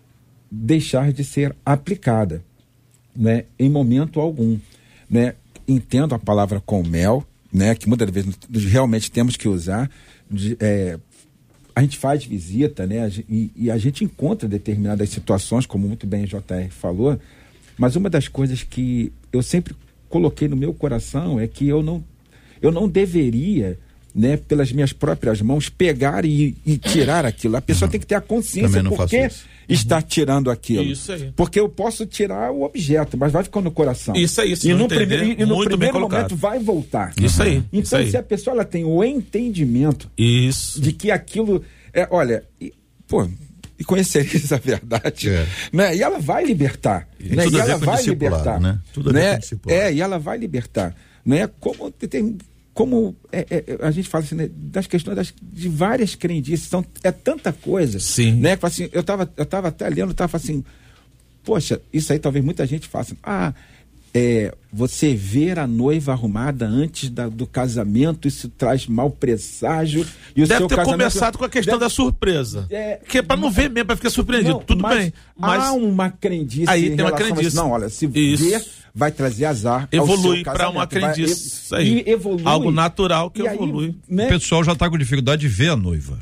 deixar de ser aplicada, né, em momento algum, né? Entendo a palavra com mel, né, que muitas vezes realmente temos que usar. De, é, a gente faz visita, né, e, e a gente encontra determinadas situações, como muito bem o J R falou, mas uma das coisas que eu sempre coloquei no meu coração é que eu não, eu não deveria, né, pelas minhas próprias mãos, pegar e, e tirar aquilo. A pessoa uhum. tem que ter a consciência por que está tirando aquilo. Isso aí. Porque eu posso tirar o objeto, mas vai ficar no coração. Isso aí, e no, prime e, e no primeiro momento vai voltar. Isso aí. Então, isso aí. se a pessoa ela tem o entendimento isso. de que aquilo é, olha, e, pô, e conhecereis a verdade, é. né? E ela vai libertar, e né? Tudo E a ver ela com vai libertar, né? Tudo a né? ver com discipulado. É, e ela vai libertar, né? Como tem Como é, é, a gente fala assim, né, das questões das, de várias crendices, são, é tanta coisa. Sim. Né, que, assim, eu estava eu tava até lendo, eu estava assim, poxa, isso aí talvez muita gente faça. Ah, é, você ver a noiva arrumada antes da, do casamento, isso traz mau presságio. E o Deve seu ter casamento... começado com a questão deve... da surpresa. É... Que é para não ver mesmo, para ficar surpreendido. Não, Tudo mas bem. Mas há uma crendice. aí tem uma crendice. Não, olha, se isso. ver, vai trazer azar. Evolui para uma crendice. Vai, isso aí. E evolui. Algo natural que e evolui. Aí, né? O pessoal já está com dificuldade de ver a noiva.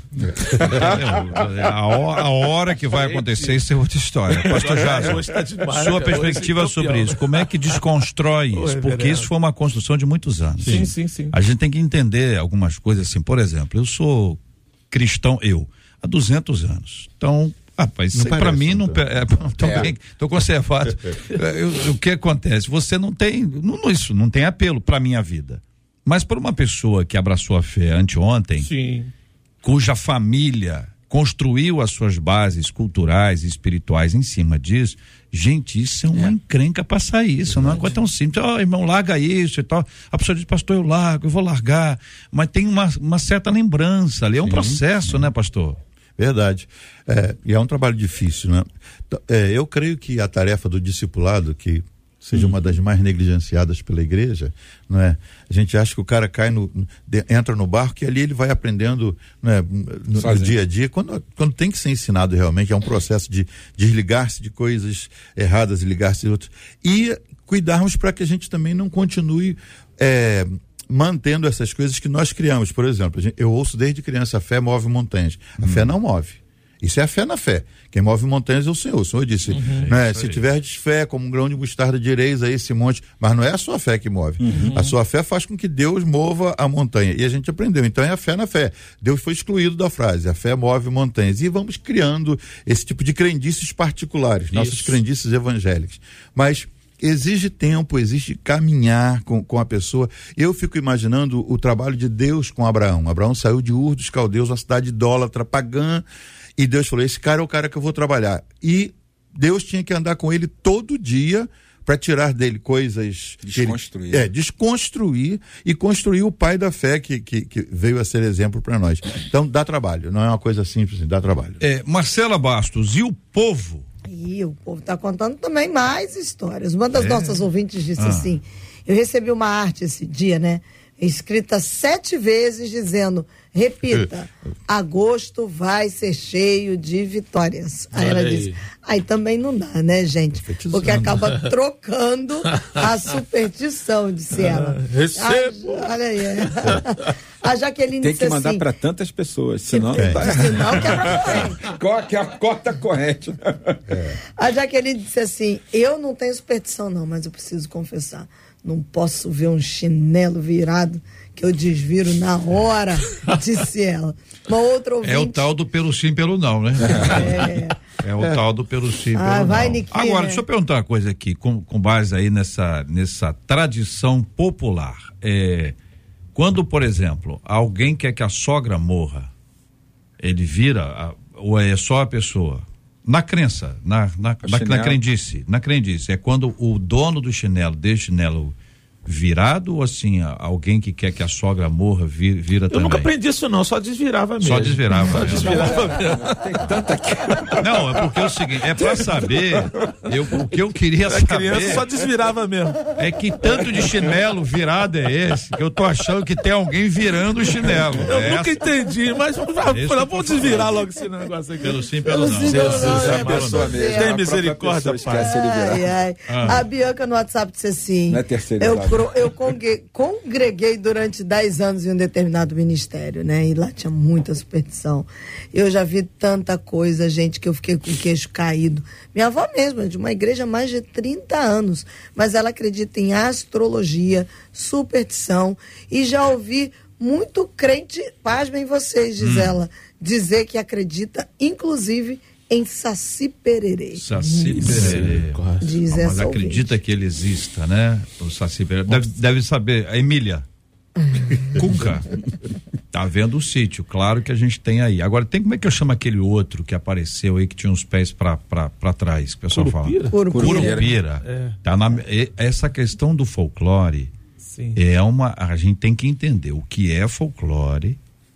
É. a, hora, a hora que vai acontecer, isso é outra história. Pastor Jason, tá demais, sua cara, perspectiva sobre isso, como é que desconstrói isso? Porque isso foi uma construção de muitos anos. Sim, sim, sim. A gente tem que entender algumas coisas assim. Por exemplo, eu sou cristão, eu, há duzentos anos. Então, rapaz, isso para mim não é, tô é. bem, tô conservado. eu, o que acontece? Você não tem, não, isso não tem apelo para minha vida. Mas para uma pessoa que abraçou a fé anteontem, sim, cuja família construiu as suas bases culturais e espirituais em cima disso, gente, isso é uma é. encrenca para sair, isso é não é coisa tão simples. Ó, oh, irmão, larga isso e tal. A pessoa diz, pastor, eu largo, eu vou largar, mas tem uma, uma certa lembrança ali, é um sim, processo, sim. né, pastor? Verdade. É, e é um trabalho difícil, né? É, eu creio que a tarefa do discipulado, que seja hum. uma das mais negligenciadas pela igreja, não é? A gente acha que o cara cai no, de, entra no barco e ali ele vai aprendendo, né, no, no dia a dia, quando, quando tem que ser ensinado realmente, é um processo de desligar-se de coisas erradas e ligar-se de outras. E cuidarmos para que a gente também não continue é, mantendo essas coisas que nós criamos. Por exemplo, a gente, eu ouço desde criança, a fé move montanhas. A hum. fé não move. Isso é a fé na fé. Quem move montanhas é o Senhor. O Senhor disse, uhum, né, se tiverdes fé como um grão de mostarda, direis a esse monte, mas não é a sua fé que move. Uhum. A sua fé faz com que Deus mova a montanha. E a gente aprendeu. Então é a fé na fé. Deus foi excluído da frase. A fé move montanhas. E vamos criando esse tipo de crendices particulares, Isso. nossas crendices evangélicas. Mas exige tempo, exige caminhar com, com a pessoa. Eu fico imaginando o trabalho de Deus com Abraão. Abraão saiu de Ur dos Caldeus, uma cidade idólatra, pagã, e Deus falou, esse cara é o cara que eu vou trabalhar. E Deus tinha que andar com ele todo dia para tirar dele coisas... Desconstruir. Ele, é, desconstruir e construir o pai da fé que, que, que veio a ser exemplo para nós. Então, dá trabalho, não é uma coisa simples, assim, dá trabalho. É, Marcela Bastos, e o povo? E o povo está contando também mais histórias. Uma das é. nossas ouvintes disse ah. assim, eu recebi uma arte esse dia, né? escrita sete vezes dizendo, repita, agosto vai ser cheio de vitórias. Aí ela disse, aí também não dá, né, gente? Porque acaba trocando a superstição, disse ela. Ah, recebo! A, olha aí. A Jaqueline Tem disse que mandar assim, para tantas pessoas, senão é. não tá senão quebra corrente. Que a corta corrente. É. A Jaqueline disse assim, eu não tenho superstição não, mas eu preciso confessar, não posso ver um chinelo virado que eu desviro na hora, disse ela. Uma outra ouvinte... É o tal do pelo sim, pelo não, né? É, é o é. tal do pelo sim, ah, pelo vai, não. Niquinha, Agora, né? deixa eu perguntar uma coisa aqui, com, com base aí nessa, nessa tradição popular. É, quando, por exemplo, alguém quer que a sogra morra, ele vira, a, ou é só a pessoa? Na crença, na, na, na, na crendice, na crendice, é quando o dono do chinelo, deixa o chinelo virado ou assim, alguém que quer que a sogra morra vira, vira eu também? Eu nunca aprendi isso não, só desvirava mesmo. Só desvirava. Só desvirava mesmo. Tem tanta aqui. Não, é porque é o seguinte, é pra saber, eu, o que eu queria a saber... criança só desvirava mesmo. É que tanto de chinelo virado é esse, que eu tô achando que tem alguém virando o chinelo. Eu é nunca essa. entendi, mas vamos, vamos desvirar logo esse negócio aqui. Pelo sim, pelo, pelo não. Sim, Jesus, não, é é pessoa mesmo. Tem misericórdia, pai. Ai, ai. Ah. A Bianca no WhatsApp disse assim, não é terceira eu, pro, eu congreguei, congreguei durante dez anos em um determinado ministério, né? E lá tinha muita superstição. Eu já vi tanta coisa, gente, que eu fiquei com o queixo caído. Minha avó mesmo, de uma igreja há mais de trinta anos, mas ela acredita em astrologia, superstição, e já ouvi muito crente, pasmem vocês, diz hum. ela, dizer que acredita, inclusive, em Saci Pererê. Saci Pererê. Diz ah, mas essa acredita ouvinte. Que ele exista, né? O Saci Pererê. Deve, deve saber. A Emília. Cuca. Tá vendo o sítio, claro que a gente tem aí. Agora, tem como é que eu chamo aquele outro que apareceu aí, que tinha os pés pra, pra, pra trás, que o pessoal Curupira? fala? Curupira. Curupira. É. Tá na, essa questão do folclore, sim, é uma, a gente tem que entender o que é folclore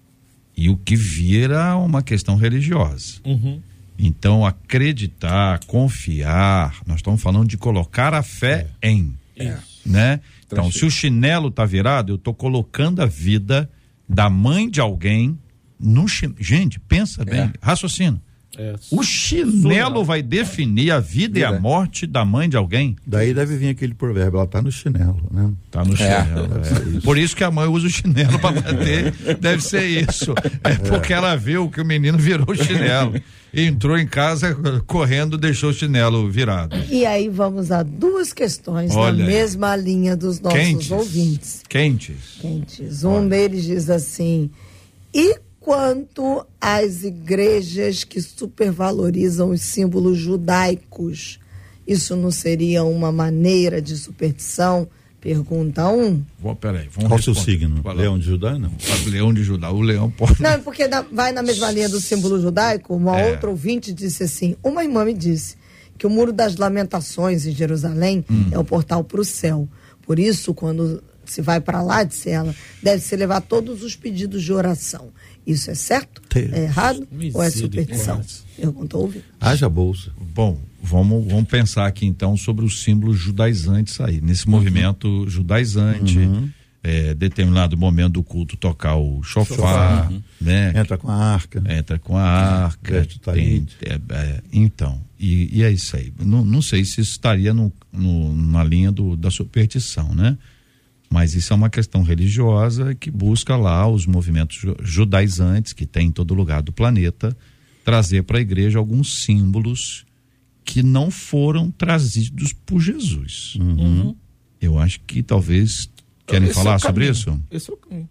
e o que vira uma questão religiosa. Uhum. Então, acreditar, confiar, nós estamos falando de colocar a fé é. em, é. né? Então, se o chinelo tá virado, eu tô colocando a vida da mãe de alguém no chinelo. Gente, pensa bem, é. raciocina. É. O chinelo vai definir a vida, vida e a morte da mãe de alguém? Daí deve vir aquele provérbio, ela tá no chinelo, né? Tá no chinelo. É. É. Por isso que a mãe usa o chinelo para bater, deve ser isso. É, é porque ela viu que o menino virou o chinelo. Entrou em casa correndo, deixou o chinelo virado. E aí vamos a duas questões Olha, na mesma linha dos nossos quentes, ouvintes. Quentes. Quentes. Um Olha. deles diz assim, e quanto às igrejas que supervalorizam os símbolos judaicos, isso não seria uma maneira de superstição? Pergunta um. Bom, peraí, vamos Qual o seu signo? Fala. Leão de Judá, não? Leão de Judá, o leão pode... Não, porque na, vai na mesma linha do símbolo judaico, uma é. outra ouvinte disse assim, uma irmã me disse que o Muro das Lamentações em Jerusalém hum. é o portal para o céu. Por isso, quando se vai para lá, disse ela, deve-se levar todos os pedidos de oração. Isso é certo? Deus. É errado? Ou é superstição? Perguntou ouvindo. Haja bolsa. Bom, vamos, vamos pensar aqui então sobre os símbolos judaizantes aí. Nesse uhum. movimento judaizante, uhum. é, determinado momento do culto tocar o shofar, uhum. né? Entra com a arca. Entra com a arca. É, tem, é, é, então, e, e é isso aí. Não, não sei se isso estaria no, no, na linha do, da superstição, né? Mas isso é uma questão religiosa que busca lá os movimentos judaizantes que tem em todo lugar do planeta trazer para a igreja alguns símbolos que não foram trazidos por Jesus. Uhum. Eu acho que talvez querem esse falar é sobre isso? Esse é o caminho.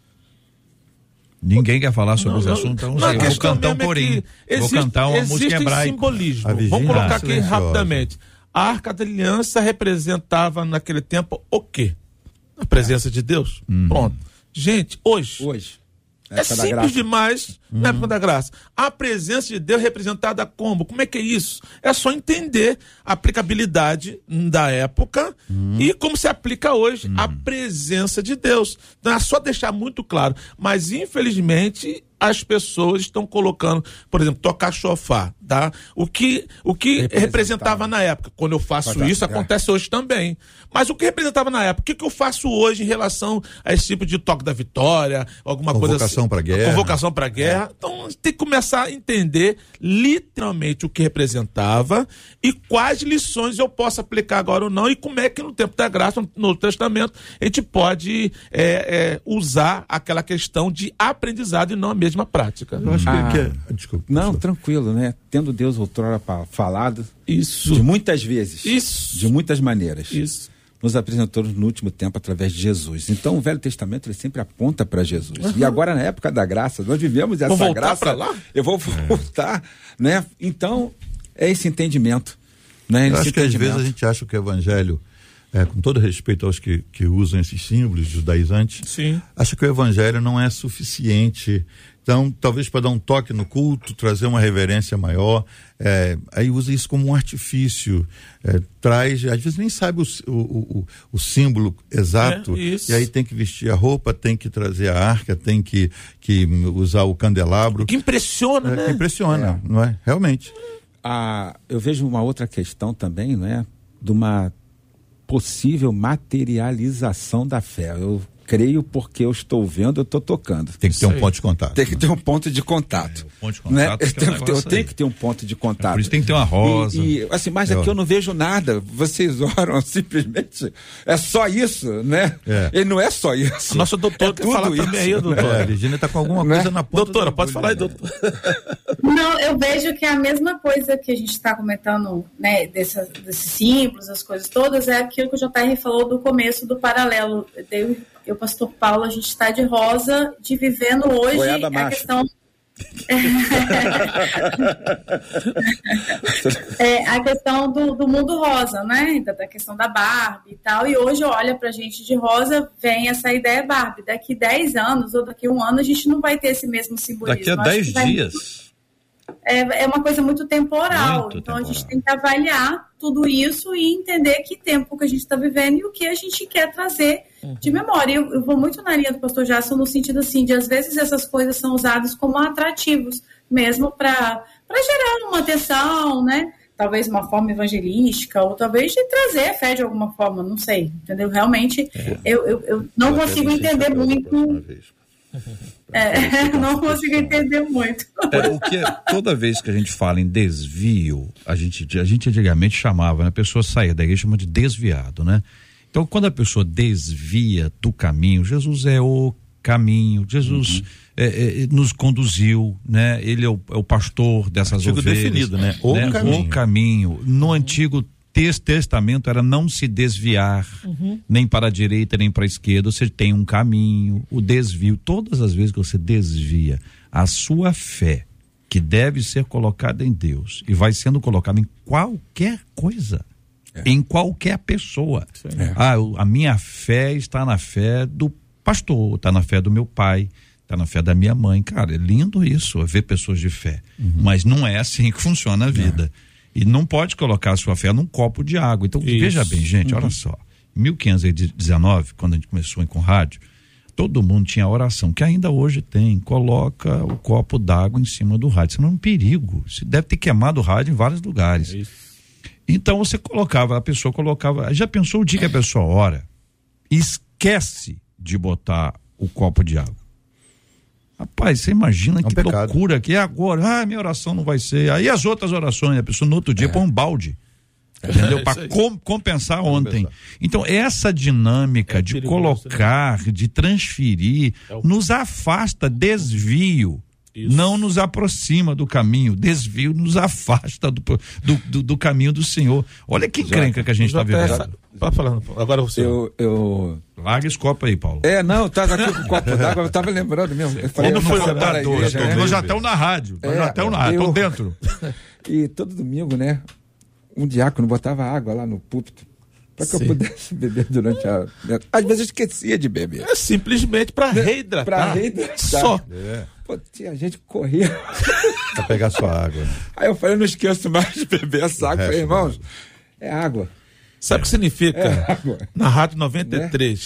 Ninguém quer falar sobre não, esse assunto, então não, eu vou cantar um corinho. É vou cantar uma música hebraica. Simbolismo. Vamos colocar aqui rapidamente. A Arca da Aliança representava naquele tempo o quê? A presença de Deus. Hum. Pronto. Gente, hoje. Hoje. É simples demais hum. na época da graça. A presença de Deus representada como? Como é que é isso? É só entender a aplicabilidade da época hum. e como se aplica hoje hum. a presença de Deus. Então é só deixar muito claro. Mas, infelizmente, as pessoas estão colocando, por exemplo, tocar chofar. tá? O que, o que representava. representava na época. Quando eu faço Mas, isso, é. acontece hoje também. Mas o que representava na época? O que, que eu faço hoje em relação a esse tipo de toque da vitória, alguma coisa assim? Convocação para guerra. Convocação para guerra. É. Então, a gente tem que começar a entender literalmente o que representava e quais lições eu posso aplicar agora ou não, e como é que no tempo da graça, no Novo Testamento, a gente pode é, é, usar aquela questão de aprendizado e não a mesma prática. Eu acho ah, que é... Desculpa. Não, desculpa. tranquilo, né? Tendo Deus outrora falado, isso, de muitas vezes, isso, de muitas maneiras, isso, nos apresentou no último tempo através de Jesus. Então o Velho Testamento ele sempre aponta para Jesus. Uhum. E agora, na época da graça, nós vivemos essa vou graça. Pra lá? Eu vou voltar, é. né? Então, é esse entendimento. Né? Eu esse acho entendimento. que às vezes a gente acha que o Evangelho, é, com todo respeito aos que, que usam esses símbolos judaizantes, Sim. acha que o Evangelho não é suficiente. Então, talvez para dar um toque no culto, trazer uma reverência maior, é, aí usa isso como um artifício, é, traz, às vezes nem sabe o, o, o, o símbolo exato, é, e aí tem que vestir a roupa, tem que trazer a arca, tem que, que usar o candelabro. Que impressiona, é, né? Que impressiona, é. não é? Realmente. Ah, eu vejo uma outra questão também, não é? De uma possível materialização da fé. Eu creio porque eu estou vendo, eu estou tocando. Tem que ter um ponto de contato. Tem que ter um ponto de contato. É, ponto de contato né? que é um eu tenho, eu tenho que ter um ponto de contato. É, por isso tem que ter uma rosa. E, e assim, mas aqui eu não vejo nada. Vocês oram simplesmente. É só isso, né? É. E não é só isso. A nossa doutora é quer falar isso, também aí, doutora. É, a Virgínia está com alguma coisa né? na ponta. Doutora, da pode falar aí, doutora. Não, eu vejo que é a mesma coisa que a gente está comentando, né, dessas, desses símbolos, as coisas todas, é aquilo que o J R falou do começo do paralelo. Eu e o pastor Paulo, a gente está de rosa, de vivendo hoje Boiada a macho. questão... é, a questão do, do mundo rosa, né? Da, da questão da Barbie e tal. E hoje olha pra gente de rosa, vem essa ideia Barbie. Daqui dez anos ou daqui um ano a gente não vai ter esse mesmo simbolismo. Daqui a dez dias. É, é uma coisa muito temporal. Muito então temporal. A gente tem que avaliar tudo isso e entender que tempo que a gente está vivendo e o que a gente quer trazer uhum. de memória. Eu, eu vou muito na linha do pastor Jason no sentido assim, de às vezes essas coisas são usadas como atrativos mesmo para gerar uma atenção, né? Talvez uma forma evangelística ou talvez de trazer fé de alguma forma, não sei, entendeu? Realmente é. eu, eu, eu não eu consigo entender muito. É, não consigo entender muito. É, o que é, toda vez que a gente fala em desvio, a gente, a gente antigamente chamava, né? A pessoa saía da igreja, chama de desviado, né? Então, quando a pessoa desvia do caminho, Jesus é o caminho, Jesus uhum. é, é, nos conduziu, né? Ele é o, é o pastor dessas Artigo ovelhas. definido, né? O né? caminho. O caminho. No uhum. Antigo Testamento era não se desviar uhum. nem para a direita nem para a esquerda, você tem um caminho, o desvio, todas as vezes que você desvia a sua fé, que deve ser colocada em Deus e vai sendo colocada em qualquer coisa, é. em qualquer pessoa. É. Ah, a minha fé está na fé do pastor, está na fé do meu pai, está na fé da minha mãe. Cara, é lindo isso, é ver pessoas de fé, uhum. mas não é assim que funciona a vida. É. E não pode colocar a sua fé num copo de água. Então, Isso. veja bem, gente, uhum. olha só. Em mil quinhentos e dezenove, quando a gente começou com rádio, todo mundo tinha oração, que ainda hoje tem. Coloca o copo d'água em cima do rádio. Isso não é um perigo. Você deve ter queimado o rádio em vários lugares. É então, você colocava, a pessoa colocava... Já pensou o dia que a pessoa ora? Esquece de botar o copo de água. Rapaz, você imagina é um que pecado. Loucura que é agora. Ah, minha oração não vai ser. Aí as outras orações, a pessoa no outro dia é. põe um balde. É. Entendeu? É, Para com, compensar é ontem. Compensar. Então, essa dinâmica é de perigoso, colocar, né? de transferir, é o... nos afasta, desvio. Isso. Não nos aproxima do caminho, desvio nos afasta do, do, do, do caminho do Senhor. Olha que encrenca que a gente está vivendo. Vai falando, agora você. Eu, eu... Larga esse copo aí, Paulo. É, não, tava aqui com o copo d'água, eu tava lembrando mesmo. Eu falei, não foi lutador, né? Nós já estamos na rádio, nós é, já estamos na rádio, estamos dentro. E todo domingo, né, um diácono botava água lá no púlpito para que Sim. eu pudesse beber durante a... Às vezes eu esquecia de beber. É simplesmente para reidratar. Para reidratar. Só. É. Pô, a gente corria para pegar sua água. Aí eu falei, eu não esqueço mais de beber essa água. Falei, irmãos, é água. Sabe o é. que significa? É água. Na Rádio noventa e três,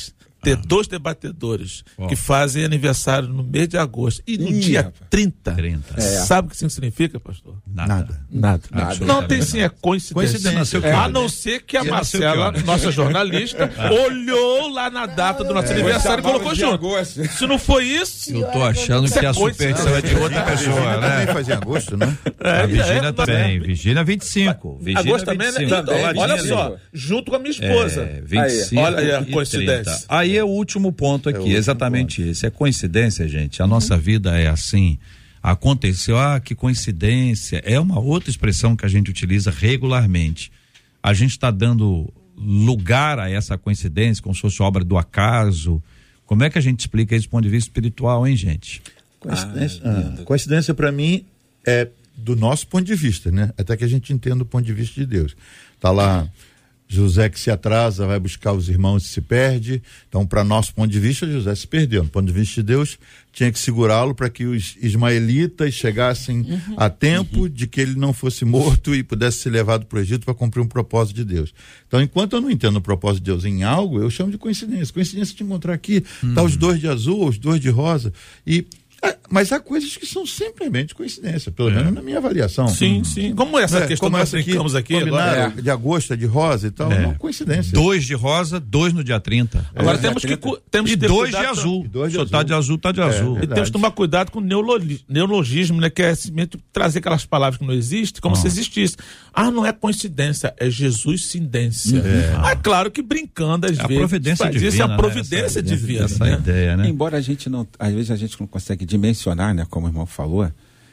ter dois debatedores oh. que fazem aniversário no mês de agosto e no Ih, dia rapaz. trinta, trinta. É. Sabe o que isso significa, pastor? Nada. Nada. Nada. Nada. Não tem sim, é coincidência. coincidência. É. A não ser que a e Marcela, nossa jornalista, olhou lá na data do nosso é. aniversário e colocou junto. Se não foi isso... Eu tô achando que a superstição é de outra pessoa, né? Também fazia agosto, né? É, a Virgínia é, também. Virgínia vinte e cinco. Virgínia agosto também, né? Então, olha só, junto com a minha esposa. É, vinte e cinco. Olha aí a coincidência. Aí é o último ponto aqui, é exatamente ponto. esse. É coincidência, gente. A nossa uhum. vida é assim. Aconteceu, ah, que coincidência. É uma outra expressão que a gente utiliza regularmente. A gente está dando lugar a essa coincidência, como se fosse obra do acaso. Como é que a gente explica isso do ponto de vista espiritual, hein, gente? Coincidência, ah, ah, coincidência para mim é do nosso ponto de vista, né? Até que a gente entenda o ponto de vista de Deus. Tá lá José que se atrasa, vai buscar os irmãos e se perde. Então, para nosso ponto de vista, José se perdeu. Do ponto de vista de Deus, tinha que segurá-lo para que os ismaelitas chegassem uhum. a tempo uhum. de que ele não fosse morto e pudesse ser levado para o Egito para cumprir um propósito de Deus. Então, enquanto eu não entendo o propósito de Deus em algo, eu chamo de coincidência. Coincidência de encontrar aqui, uhum. tá os dois de azul, os dois de rosa. E mas há coisas que são simplesmente coincidência, pelo é. menos na minha avaliação. Sim, hum. sim. Como essa é, questão como que nós brincamos aqui, aqui agora, é. de agosto é de rosa e tal, é uma coincidência. Dois de rosa, dois no dia trinta. Agora é, temos que temos e que ter dois de azul. E dois de azul. Tá de azul, tá de é, azul. E temos que tomar cuidado com o neologismo, neologismo, né, que é simplesmente trazer aquelas palavras que não existem, como ah. se existisse. Ah, não é coincidência, é Jesus-cindência. É. Ah, é claro que brincando às a vezes. Providência divina, isso é a providência né? divina. Essa né? ideia, né? Embora a gente não, às vezes a gente não consegue dimensionar, né, como o irmão falou,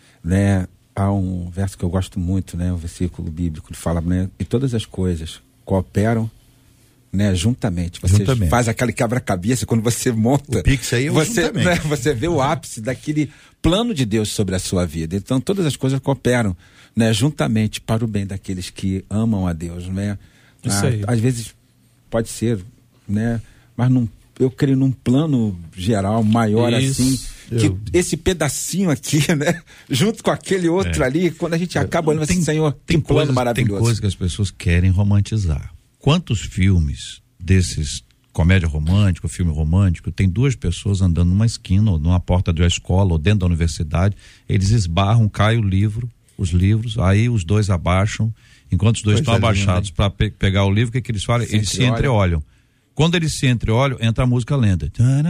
né, há um verso que eu gosto muito, né, um versículo bíblico que fala, né, e todas as coisas cooperam, né, juntamente. Você juntamente. faz aquele quebra-cabeça quando você monta. O Pix aí é o você, né, você vê o ápice daquele plano de Deus sobre a sua vida. Então todas as coisas cooperam, né, juntamente para o bem daqueles que amam a Deus, né? Isso aí. Às vezes pode ser, né, mas num, eu creio num plano geral maior Isso. assim, que eu... esse pedacinho aqui, né, junto com aquele outro é. ali, quando a gente acaba olhando assim, Senhor, tem plano coisas, maravilhoso. Tem coisas que as pessoas querem romantizar. Quantos filmes desses comédia romântica, filme romântico, tem duas pessoas andando numa esquina ou numa porta de uma escola ou dentro da universidade, eles esbarram, cai o livro, os livros, aí os dois abaixam, enquanto os dois estão abaixados para pe- pegar o livro, o que, que eles falam? Se eles se entreolham. Quando eles se entreolham, entra a música lenta.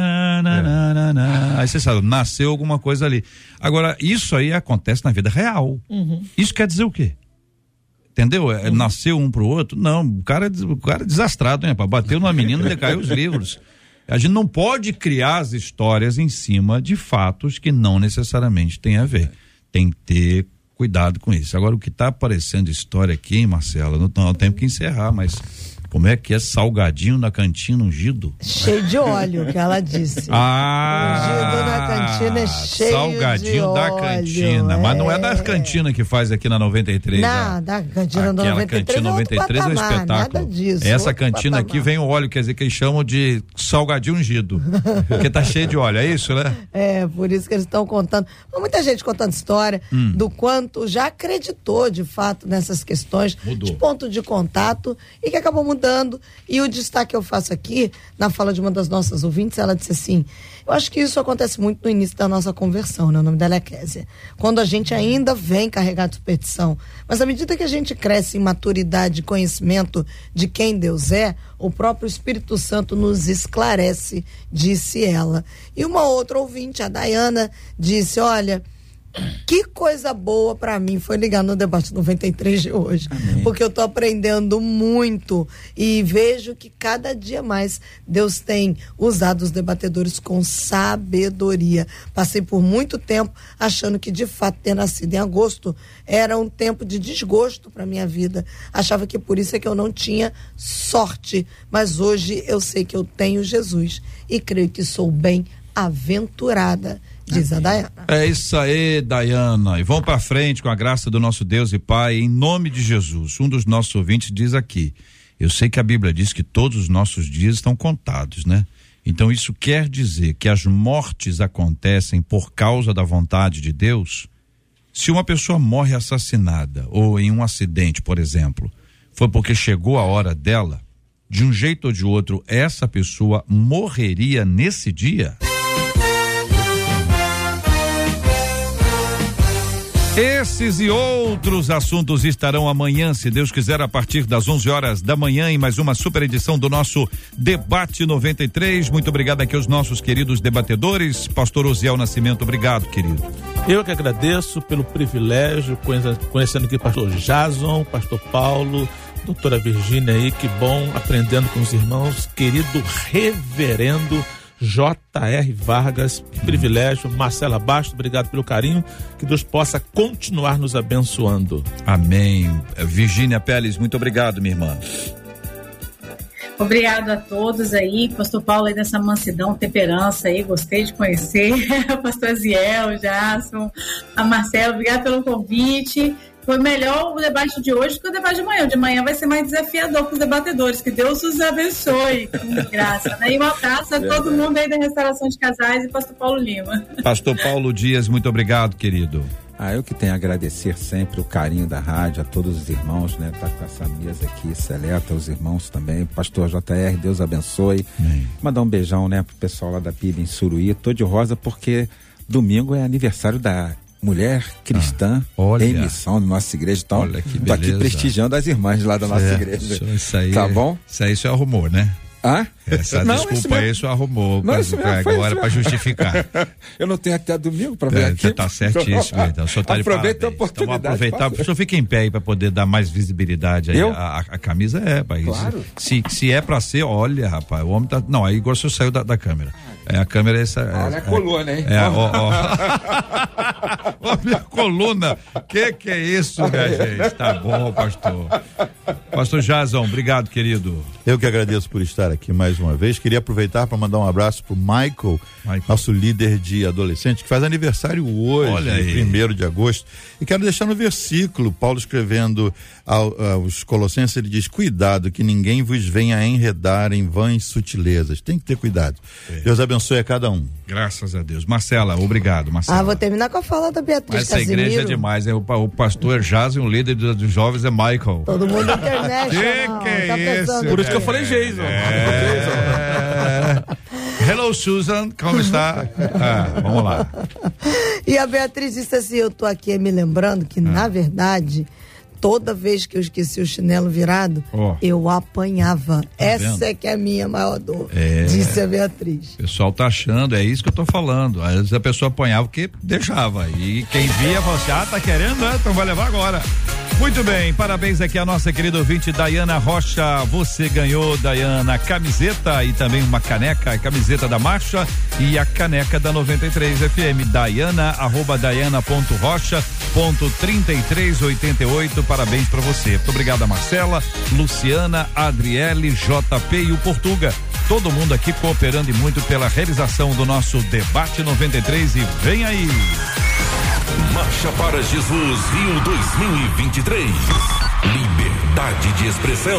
É. Aí você sabe, nasceu alguma coisa ali. Agora, isso aí acontece na vida real. Uhum. Isso quer dizer o quê? Entendeu? É, uhum. Nasceu um pro outro? Não, o cara, o cara é desastrado, né? Bateu numa menina e decaiu os livros. A gente não pode criar as histórias em cima de fatos que não necessariamente têm a ver. Tem que ter cuidado com isso. Agora, o que está aparecendo história aqui, hein, Marcela, não, não temos que encerrar, mas como é que é salgadinho na cantina ungido? Cheio de óleo, que ela disse. Ah, ungido na cantina é cheio salgadinho de óleo. da cantina, é. Mas não é da cantina que faz aqui na noventa e três. Não, da cantina da noventa e três. Cantina noventa e três é um espetáculo. Nada disso. Essa cantina patamar. Aqui vem o óleo, quer dizer que eles chamam de salgadinho ungido, porque tá cheio de óleo, é isso, né? É, por isso que eles estão contando. Muita gente contando história hum. do quanto já acreditou de fato nessas questões Mudou. de ponto de contato e que acabou mudando. E o destaque que eu faço aqui, na fala de uma das nossas ouvintes, ela disse assim, eu acho que isso acontece muito no início da nossa conversão, né? O nome dela é Késia. Quando a gente ainda vem carregado de superstição, mas à medida que a gente cresce em maturidade e conhecimento de quem Deus é, o próprio Espírito Santo nos esclarece, disse ela. E uma outra ouvinte, a Dayana, disse, olha, que coisa boa pra mim foi ligar no Debate noventa e três de hoje. Amém. Porque eu tô aprendendo muito e vejo que cada dia mais Deus tem usado os debatedores com sabedoria. Passei por muito tempo achando que de fato ter nascido em agosto era um tempo de desgosto pra minha vida. Achava que por isso é que eu não tinha sorte, mas hoje eu sei que eu tenho Jesus e creio que sou bem aventurada. Diz a Dayana. É isso aí, Dayana. E vamos para frente com a graça do nosso Deus e Pai, em nome de Jesus. Um dos nossos ouvintes diz aqui, eu sei que a Bíblia diz que todos os nossos dias estão contados, né? Então isso quer dizer que as mortes acontecem por causa da vontade de Deus? Se uma pessoa morre assassinada ou em um acidente, por exemplo, foi porque chegou a hora dela? de um jeito ou de outro, essa pessoa morreria nesse dia? Esses e outros assuntos estarão amanhã, se Deus quiser, a partir das onze horas da manhã, em mais uma super edição do nosso Debate noventa e três. Muito obrigado aqui aos nossos queridos debatedores. Pastor Osiel Nascimento, obrigado, querido. Eu que agradeço pelo privilégio, conhecendo aqui o pastor Jason, pastor Paulo, doutora Virgínia aí, que bom, aprendendo com os irmãos, querido reverendo J R Vargas, que privilégio. Marcela Bastos, obrigado pelo carinho, que Deus possa continuar nos abençoando. Amém. Virgínia Pérez, muito obrigado, minha irmã. Obrigado a todos aí, pastor Paulo aí nessa mansidão, temperança aí, gostei de conhecer, pastor Ziel, Jason, a Marcela, obrigado pelo convite. Foi melhor o debate de hoje que o debate de amanhã. O de amanhã vai ser mais desafiador para os debatedores. Que Deus os abençoe com graça. Né? E um abraço a todo mundo aí da Restauração de Casais e pastor Paulo Lima. Pastor Paulo Dias, muito obrigado, querido. Ah, eu que tenho a agradecer sempre o carinho da rádio, a todos os irmãos, né? Tá com essa mesa aqui seleta, os irmãos também. Pastor J R, Deus abençoe. Amém. Mandar um beijão, né, pro pessoal lá da P I B em Suruí. Tô de rosa porque domingo é aniversário da Mulher Cristã ah, em Missão da nossa igreja. Então, olha que beleza. Tô aqui prestigiando as irmãs lá da nossa é, igreja. Isso, isso aí, tá bom? Isso aí você arrumou, né? Ah? Essa não, desculpa aí, isso arrumou não, pra, isso pra agora para justificar. Eu não tenho até domingo para ver é, aqui. Você tá certíssimo, então. O senhor tá de aproveita a oportunidade. Então, aproveitar. O senhor fica em pé aí para poder dar mais visibilidade aí. Eu? A, a, a camisa é, rapaz. Claro. Se, se é para ser, olha, rapaz, o homem tá. Não, aí agora o senhor saiu da, da câmera. É, a câmera é essa. Olha é, a coluna, hein? É, ó, ó. Ó, minha coluna. Que que é isso, minha gente? Tá bom, pastor. Pastor Jason, obrigado, querido. Eu que agradeço por estar aqui mais uma vez. Queria aproveitar para mandar um abraço pro Michael, Michael, nosso líder de adolescente, que faz aniversário hoje, primeiro de agosto. E quero deixar no versículo, Paulo escrevendo ao, aos Colossenses, ele diz: cuidado, que ninguém vos venha enredar em vãs sutilezas. Tem que ter cuidado. É. Deus abençoe a cada um. Graças a Deus. Marcela, obrigado, Marcela. Ah, vou terminar com a fala da Beatriz Essa Casimiro. igreja é demais, né? O, o pastor Jason, o líder dos, dos jovens é Michael. Todo mundo na internet. Que que é tá isso? Por isso que eu falei Jason. É... Hello, Susan, como está? Ah, vamos lá. E a Beatriz disse assim, eu tô aqui me lembrando que, ah. na verdade, toda vez que eu esqueci o chinelo virado, oh. eu apanhava. Tá Essa vendo? É que é a minha maior dor, é... disse a Beatriz. O pessoal tá achando, é isso que eu tô falando. Às vezes a pessoa apanhava porque deixava. E quem via falava assim, ah, tá querendo, né? Então vai levar agora. Muito bem, parabéns aqui a nossa querida ouvinte Daiana Rocha. Você ganhou, Daiana, camiseta e também uma caneca, a camiseta da Marcha e a caneca da noventa e três F M. Daiana, arroba Daiana ponto rocha ponto trinta e três oitenta e oito. Parabéns pra você. Muito obrigado a Marcela, Luciana, Adriele, J P e o Portuga. Todo mundo aqui cooperando e muito pela realização do nosso Debate noventa e três e vem aí. Marcha para Jesus Rio dois mil e vinte e três. Liberdade de expressão.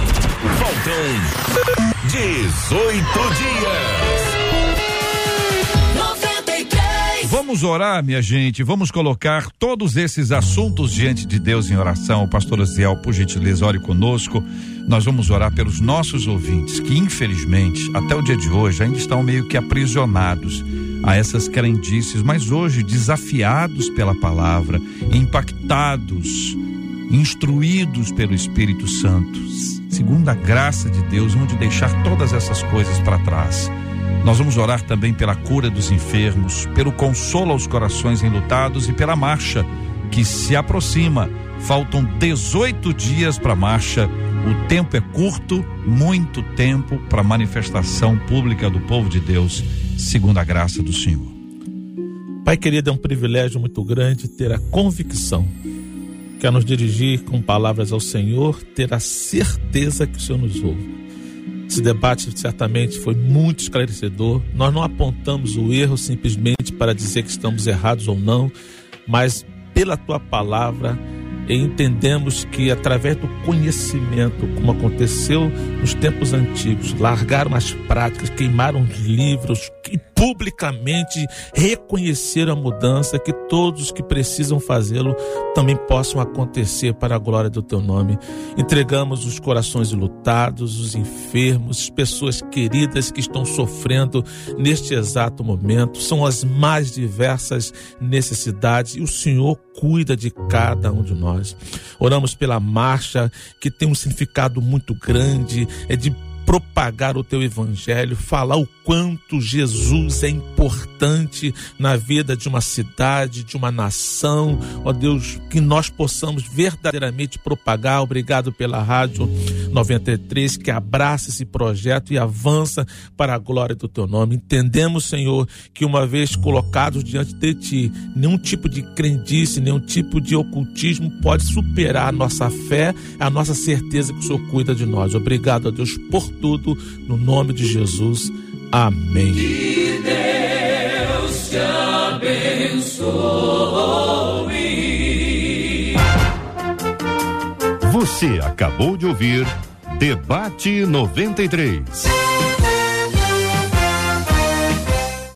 Faltam dezoito dias. noventa e três. Vamos orar, minha gente. Vamos colocar todos esses assuntos diante de Deus em oração. O pastor Aziel, por gentileza, ore conosco. Nós vamos orar pelos nossos ouvintes que, infelizmente, até o dia de hoje, ainda estão meio que aprisionados a essas crendices, mas hoje desafiados pela palavra, impactados, instruídos pelo Espírito Santo, segundo a graça de Deus, onde deixar todas essas coisas para trás. Nós vamos orar também pela cura dos enfermos, pelo consolo aos corações enlutados e pela marcha que se aproxima. Faltam dezoito dias para a marcha. O tempo é curto, muito tempo para a manifestação pública do povo de Deus, segundo a graça do Senhor. Pai querido, é um privilégio muito grande ter a convicção que, a nos dirigir com palavras ao Senhor, ter a certeza que o Senhor nos ouve. Esse debate certamente foi muito esclarecedor. Nós não apontamos o erro simplesmente para dizer que estamos errados ou não, mas pela tua palavra entendemos que, através do conhecimento, como aconteceu nos tempos antigos, largaram as práticas, queimaram os livros e publicamente reconhecer a mudança, que todos que precisam fazê-lo também possam acontecer para a glória do teu nome. Entregamos os corações enlutados, os enfermos, as pessoas queridas que estão sofrendo neste exato momento. São as mais diversas necessidades e o Senhor cuida de cada um de nós. Oramos pela marcha, que tem um significado muito grande, é de propagar o teu evangelho, falar o quanto Jesus é importante na vida de uma cidade, de uma nação. Ó Deus, que nós possamos verdadeiramente propagar. Obrigado pela Rádio noventa e três, que abraça esse projeto e avança para a glória do teu nome. Entendemos, Senhor, que uma vez colocados diante de ti, nenhum tipo de crendice, nenhum tipo de ocultismo pode superar a nossa fé, a nossa certeza que o Senhor cuida de nós. Obrigado, ó Deus, por tudo, no nome de Jesus. Amém. Que Deus te abençoe. Você acabou de ouvir Debate noventa e três.